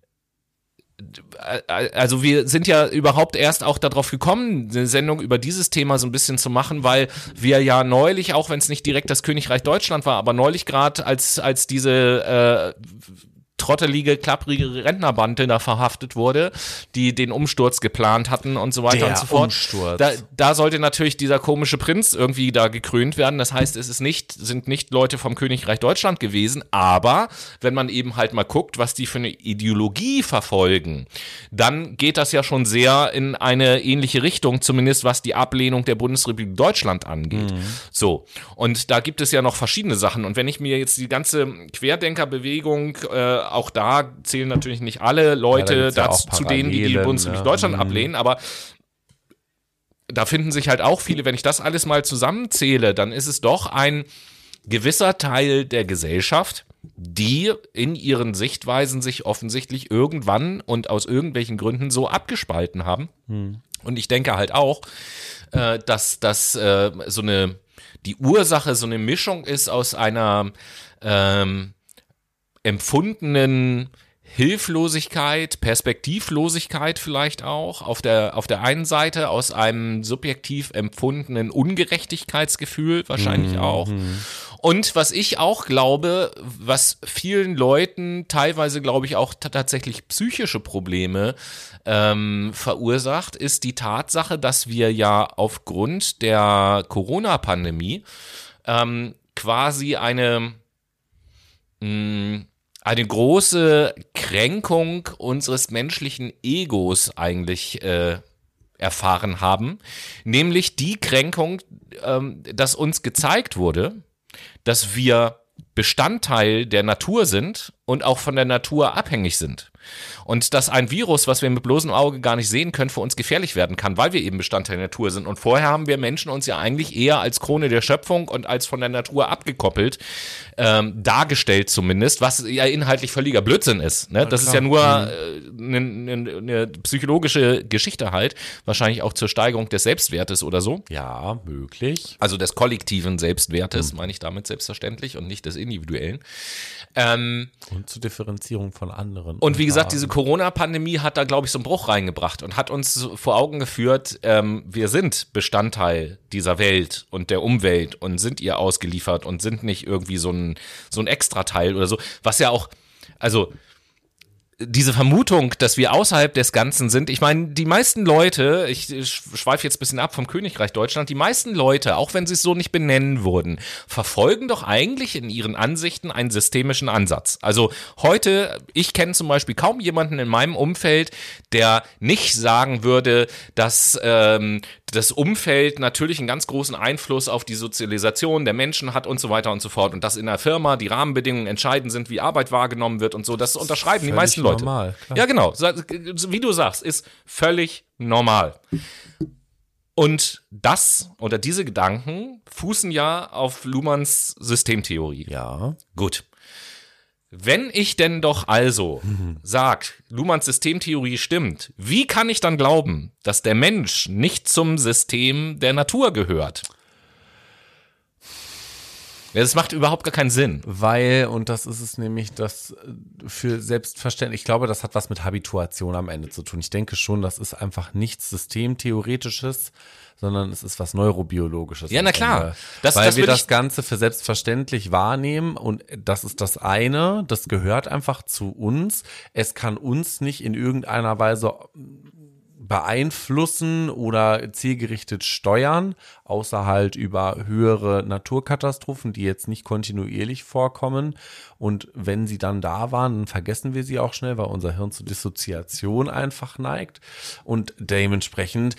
also wir sind ja überhaupt erst auch darauf gekommen, eine Sendung über dieses Thema so ein bisschen zu machen, weil wir ja neulich, auch wenn es nicht direkt das Königreich Deutschland war, aber neulich gerade als als diese äh, trottelige, klapprige Rentnerbande da verhaftet wurde, die den Umsturz geplant hatten und so weiter Der und so fort. Umsturz. Da, da sollte natürlich dieser komische Prinz irgendwie da gekrönt werden. Das heißt, es ist nicht, sind nicht Leute vom Königreich Deutschland gewesen, aber wenn man eben halt mal guckt, was die für eine Ideologie verfolgen, dann geht das ja schon sehr in eine ähnliche Richtung, zumindest was die Ablehnung der Bundesrepublik Deutschland angeht. Mhm. So. Und da gibt es ja noch verschiedene Sachen. Und wenn ich mir jetzt die ganze Querdenkerbewegung äh, auch da zählen natürlich nicht alle Leute ja, ja dazu, zu denen, die die Bundesrepublik ne? Deutschland mhm. ablehnen, aber da finden sich halt auch viele, wenn ich das alles mal zusammenzähle, dann ist es doch ein gewisser Teil der Gesellschaft, die in ihren Sichtweisen sich offensichtlich irgendwann und aus irgendwelchen Gründen so abgespalten haben. Mhm. Und ich denke halt auch, äh, dass das äh, so eine, die Ursache so eine Mischung ist aus einer ähm, empfundenen Hilflosigkeit, Perspektivlosigkeit vielleicht auch, auf der, auf der einen Seite aus einem subjektiv empfundenen Ungerechtigkeitsgefühl wahrscheinlich mhm. auch. Und was ich auch glaube, was vielen Leuten teilweise, glaube ich, auch t- tatsächlich psychische Probleme ähm, verursacht, ist die Tatsache, dass wir ja aufgrund der Corona-Pandemie ähm, quasi eine mh, eine große Kränkung unseres menschlichen Egos eigentlich äh, erfahren haben, nämlich die Kränkung, ähm, dass uns gezeigt wurde, dass wir Bestandteil der Natur sind und auch von der Natur abhängig sind. Und dass ein Virus, was wir mit bloßem Auge gar nicht sehen können, für uns gefährlich werden kann, weil wir eben Bestandteil der Natur sind. Und vorher haben wir Menschen uns ja eigentlich eher als Krone der Schöpfung und als von der Natur abgekoppelt ähm, dargestellt zumindest, was ja inhaltlich völliger Blödsinn ist. Ne? Das ist ja nur eine äh, ne, ne, ne psychologische Geschichte halt, wahrscheinlich auch zur Steigerung des Selbstwertes oder so. Ja, möglich. Also des kollektiven Selbstwertes, mhm. meine ich damit selbstverständlich und nicht des individuellen. Ähm, und zur Differenzierung von anderen. Und wie gesagt, diese Corona-Pandemie hat da, glaube ich, so einen Bruch reingebracht und hat uns vor Augen geführt, ähm, wir sind Bestandteil dieser Welt und der Umwelt und sind ihr ausgeliefert und sind nicht irgendwie so ein, so ein Extrateil oder so, was ja auch, also diese Vermutung, dass wir außerhalb des Ganzen sind, ich meine, die meisten Leute, ich, ich schweife jetzt ein bisschen ab vom Königreich Deutschland, die meisten Leute, auch wenn sie es so nicht benennen würden, verfolgen doch eigentlich in ihren Ansichten einen systemischen Ansatz. Also heute, ich kenne zum Beispiel kaum jemanden in meinem Umfeld, der nicht sagen würde, dass ähm, das Umfeld natürlich einen ganz großen Einfluss auf die Sozialisation der Menschen hat und so weiter und so fort und dass in der Firma die Rahmenbedingungen entscheidend sind, wie Arbeit wahrgenommen wird und so, das unterschreiben die meisten Leute. Normal, klar. Ja, genau. Wie du sagst, ist völlig normal. Und das oder diese Gedanken fußen ja auf Luhmanns Systemtheorie. Ja. Gut. Wenn ich denn doch also mhm. sag, Luhmanns Systemtheorie stimmt, wie kann ich dann glauben, dass der Mensch nicht zum System der Natur gehört? Ja, das macht überhaupt gar keinen Sinn. Weil, und das ist es nämlich, das für selbstverständlich, ich glaube, das hat was mit Habituation am Ende zu tun. Ich denke schon, das ist einfach nichts Systemtheoretisches, sondern es ist was Neurobiologisches. Ja, na klar. Das, Weil das wir will das ich Ganze für selbstverständlich wahrnehmen und das ist das eine, das gehört einfach zu uns. Es kann uns nicht in irgendeiner Weise beeinflussen oder zielgerichtet steuern, außer halt über höhere Naturkatastrophen, die jetzt nicht kontinuierlich vorkommen. Und wenn sie dann da waren, dann vergessen wir sie auch schnell, weil unser Hirn zur Dissoziation einfach neigt. Und dementsprechend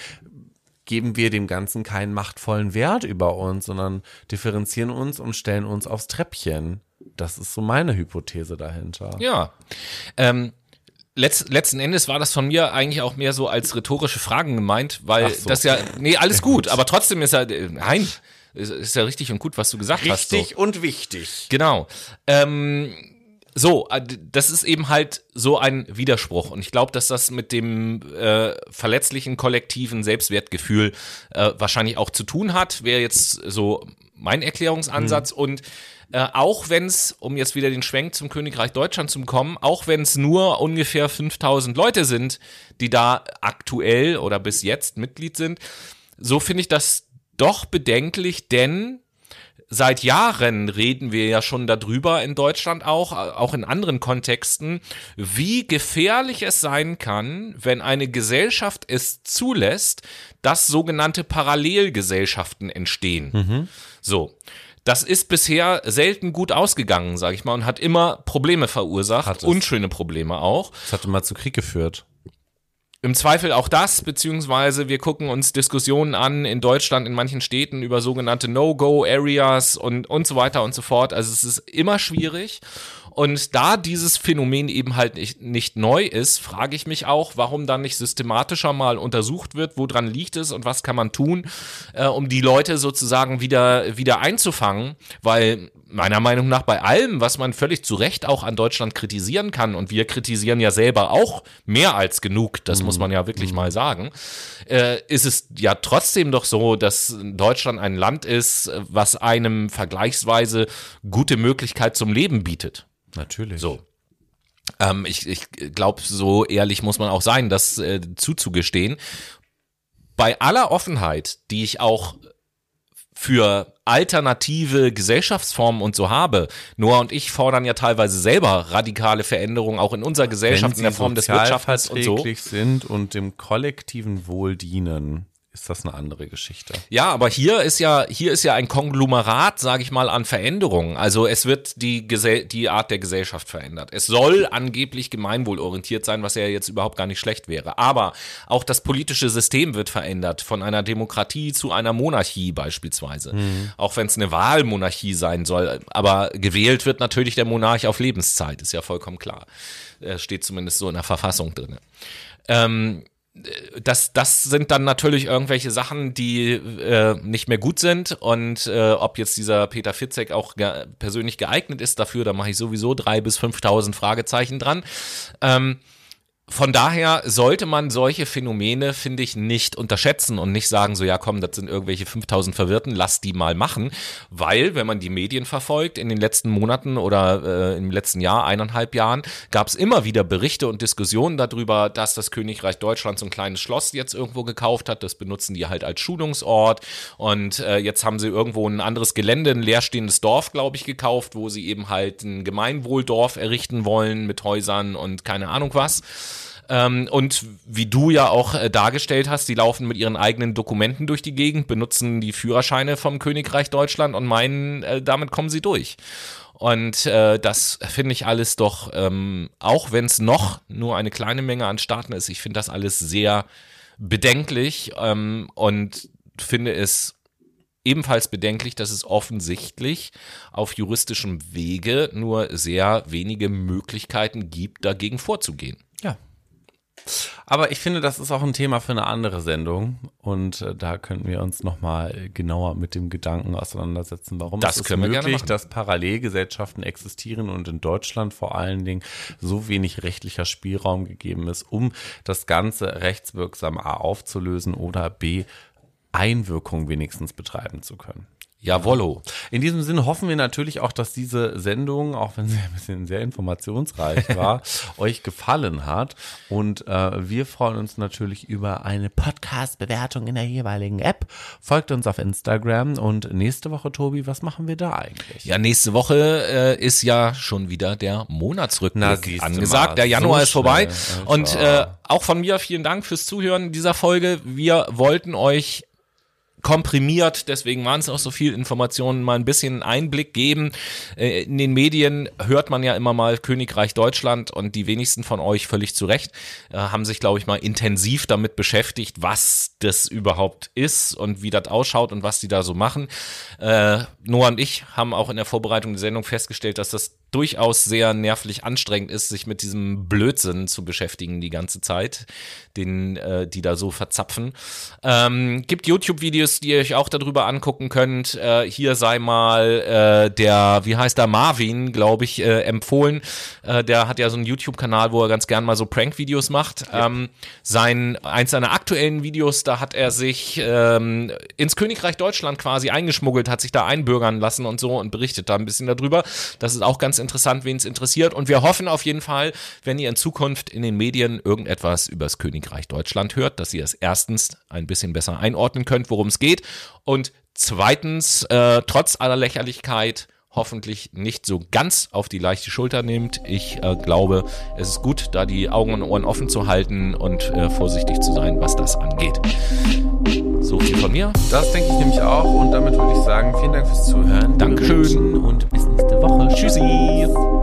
geben wir dem Ganzen keinen machtvollen Wert über uns, sondern differenzieren uns und stellen uns aufs Treppchen. Das ist so meine Hypothese dahinter. Ja, ähm, Letz, letzten Endes war das von mir eigentlich auch mehr so als rhetorische Fragen gemeint, weil Ach so. das ja, nee, alles gut, aber trotzdem ist ja, nein, ist, ist ja richtig und gut, was du gesagt hast. So. Richtig und wichtig. Genau. Ähm, so, das ist eben halt so ein Widerspruch und ich glaube, dass das mit dem äh, verletzlichen kollektiven Selbstwertgefühl äh, wahrscheinlich auch zu tun hat, wäre jetzt so mein Erklärungsansatz. Mhm. Und Äh, auch wenn es, um jetzt wieder den Schwenk zum Königreich Deutschland zu bekommen, auch wenn es nur ungefähr fünftausend Leute sind, die da aktuell oder bis jetzt Mitglied sind, so finde ich das doch bedenklich, denn seit Jahren reden wir ja schon darüber in Deutschland auch, auch in anderen Kontexten, wie gefährlich es sein kann, wenn eine Gesellschaft es zulässt, dass sogenannte Parallelgesellschaften entstehen. Mhm. So. Das ist bisher selten gut ausgegangen, sage ich mal, und hat immer Probleme verursacht, unschöne Probleme auch. Das hat immer zu Krieg geführt. Im Zweifel auch das, beziehungsweise wir gucken uns Diskussionen an in Deutschland, in manchen Städten über sogenannte No-Go-Areas und, und so weiter und so fort. Also es ist immer schwierig. Und da dieses Phänomen eben halt nicht, nicht neu ist, frage ich mich auch, warum dann nicht systematischer mal untersucht wird, woran liegt es und was kann man tun, äh, um die Leute sozusagen wieder, wieder einzufangen, weil meiner Meinung nach bei allem, was man völlig zu Recht auch an Deutschland kritisieren kann, und wir kritisieren ja selber auch mehr als genug, das mhm. muss man ja wirklich mhm. mal sagen, äh, ist es ja trotzdem doch so, dass Deutschland ein Land ist, was einem vergleichsweise gute Möglichkeit zum Leben bietet. Natürlich. So. Ähm, ich ich glaube, so ehrlich muss man auch sein, das äh, zuzugestehen. Bei aller Offenheit, die ich auch für alternative Gesellschaftsformen und so habe. Noah und ich fordern ja teilweise selber radikale Veränderungen auch in unserer Gesellschaft, in der Form des Wirtschaftens und so. Wenn sie sozialverträglich sind und dem kollektiven Wohl dienen, ist das eine andere Geschichte. Ja, aber hier ist ja hier ist ja ein Konglomerat, sage ich mal, an Veränderungen. Also es wird die Gesell- die Art der Gesellschaft verändert. Es soll angeblich gemeinwohlorientiert sein, was ja jetzt überhaupt gar nicht schlecht wäre. Aber auch das politische System wird verändert, von einer Demokratie zu einer Monarchie beispielsweise. Mhm. Auch wenn es eine Wahlmonarchie sein soll. Aber gewählt wird natürlich der Monarch auf Lebenszeit, ist ja vollkommen klar. Steht zumindest so in der Verfassung drin. Ähm, Das, das sind dann natürlich irgendwelche Sachen, die äh, nicht mehr gut sind, und äh, ob jetzt dieser Peter Fitzek auch ge- persönlich geeignet ist dafür, da mache ich sowieso drei bis fünftausend Fragezeichen dran. Ähm, Von daher sollte man solche Phänomene, finde ich, nicht unterschätzen und nicht sagen, so ja komm, das sind irgendwelche fünftausend Verwirrten, lass die mal machen, weil wenn man die Medien verfolgt, in den letzten Monaten oder äh, im letzten Jahr, eineinhalb Jahren, gab es immer wieder Berichte und Diskussionen darüber, dass das Königreich Deutschland so ein kleines Schloss jetzt irgendwo gekauft hat, das benutzen die halt als Schulungsort, und äh, jetzt haben sie irgendwo ein anderes Gelände, ein leerstehendes Dorf, glaube ich, gekauft, wo sie eben halt ein Gemeinwohldorf errichten wollen mit Häusern und keine Ahnung was. Und wie du ja auch dargestellt hast, die laufen mit ihren eigenen Dokumenten durch die Gegend, benutzen die Führerscheine vom Königreich Deutschland und meinen, damit kommen sie durch. Und äh, das finde ich alles doch, ähm, auch wenn es noch nur eine kleine Menge an Staaten ist, ich finde das alles sehr bedenklich ähm, und finde es ebenfalls bedenklich, dass es offensichtlich auf juristischem Wege nur sehr wenige Möglichkeiten gibt, dagegen vorzugehen. Ja. Aber ich finde, das ist auch ein Thema für eine andere Sendung, und äh, da könnten wir uns nochmal genauer mit dem Gedanken auseinandersetzen, warum das es ist können wir möglich, gerne machen. dass Parallelgesellschaften existieren und in Deutschland vor allen Dingen so wenig rechtlicher Spielraum gegeben ist, um das Ganze rechtswirksam A aufzulösen oder B Einwirkung wenigstens betreiben zu können. Jawollo. In diesem Sinne hoffen wir natürlich auch, dass diese Sendung, auch wenn sie ein bisschen sehr informationsreich war, euch gefallen hat. Und äh, wir freuen uns natürlich über eine Podcast-Bewertung in der jeweiligen App. Folgt uns auf Instagram. Und nächste Woche, Tobi, was machen wir da eigentlich? Ja, nächste Woche äh, ist ja schon wieder der Monatsrückblick Na, angesagt. Mal, der Januar so ist vorbei. schnell. Und äh, auch von mir vielen Dank fürs Zuhören in dieser Folge. Wir wollten euch komprimiert, deswegen waren es auch so viel Informationen, mal ein bisschen Einblick geben. In den Medien hört man ja immer mal Königreich Deutschland und die wenigsten von euch völlig zu Recht haben sich, glaube ich, mal intensiv damit beschäftigt, was das überhaupt ist und wie das ausschaut und was die da so machen. Äh, Noah und ich haben auch in der Vorbereitung der Sendung festgestellt, dass das durchaus sehr nervlich anstrengend ist, sich mit diesem Blödsinn zu beschäftigen die ganze Zeit, den äh, die da so verzapfen. Ähm, gibt YouTube-Videos, die ihr euch auch darüber angucken könnt. Äh, hier sei mal äh, der, wie heißt der, Marvin, glaube ich, äh, empfohlen. Äh, der hat ja so einen YouTube-Kanal, wo er ganz gern mal so Prank-Videos macht. Ja. Ähm, sein, eins seiner aktuellen Videos, da hat er sich ähm, ins Königreich Deutschland quasi eingeschmuggelt, hat sich da einbürgern lassen und so und berichtet da ein bisschen darüber. Das ist auch ganz interessant, wen es interessiert. Und wir hoffen auf jeden Fall, wenn ihr in Zukunft in den Medien irgendetwas über das Königreich Deutschland hört, dass ihr es erstens ein bisschen besser einordnen könnt, worum es geht. Und zweitens, äh, trotz aller Lächerlichkeit, hoffentlich nicht so ganz auf die leichte Schulter nehmt. Ich äh, glaube, es ist gut, da die Augen und Ohren offen zu halten und äh, vorsichtig zu sein, was das angeht. So viel von mir. Das denke ich nämlich auch. Und damit würde ich sagen, vielen Dank fürs Zuhören. Dankeschön. Und bis nächste Woche. Tschüssi.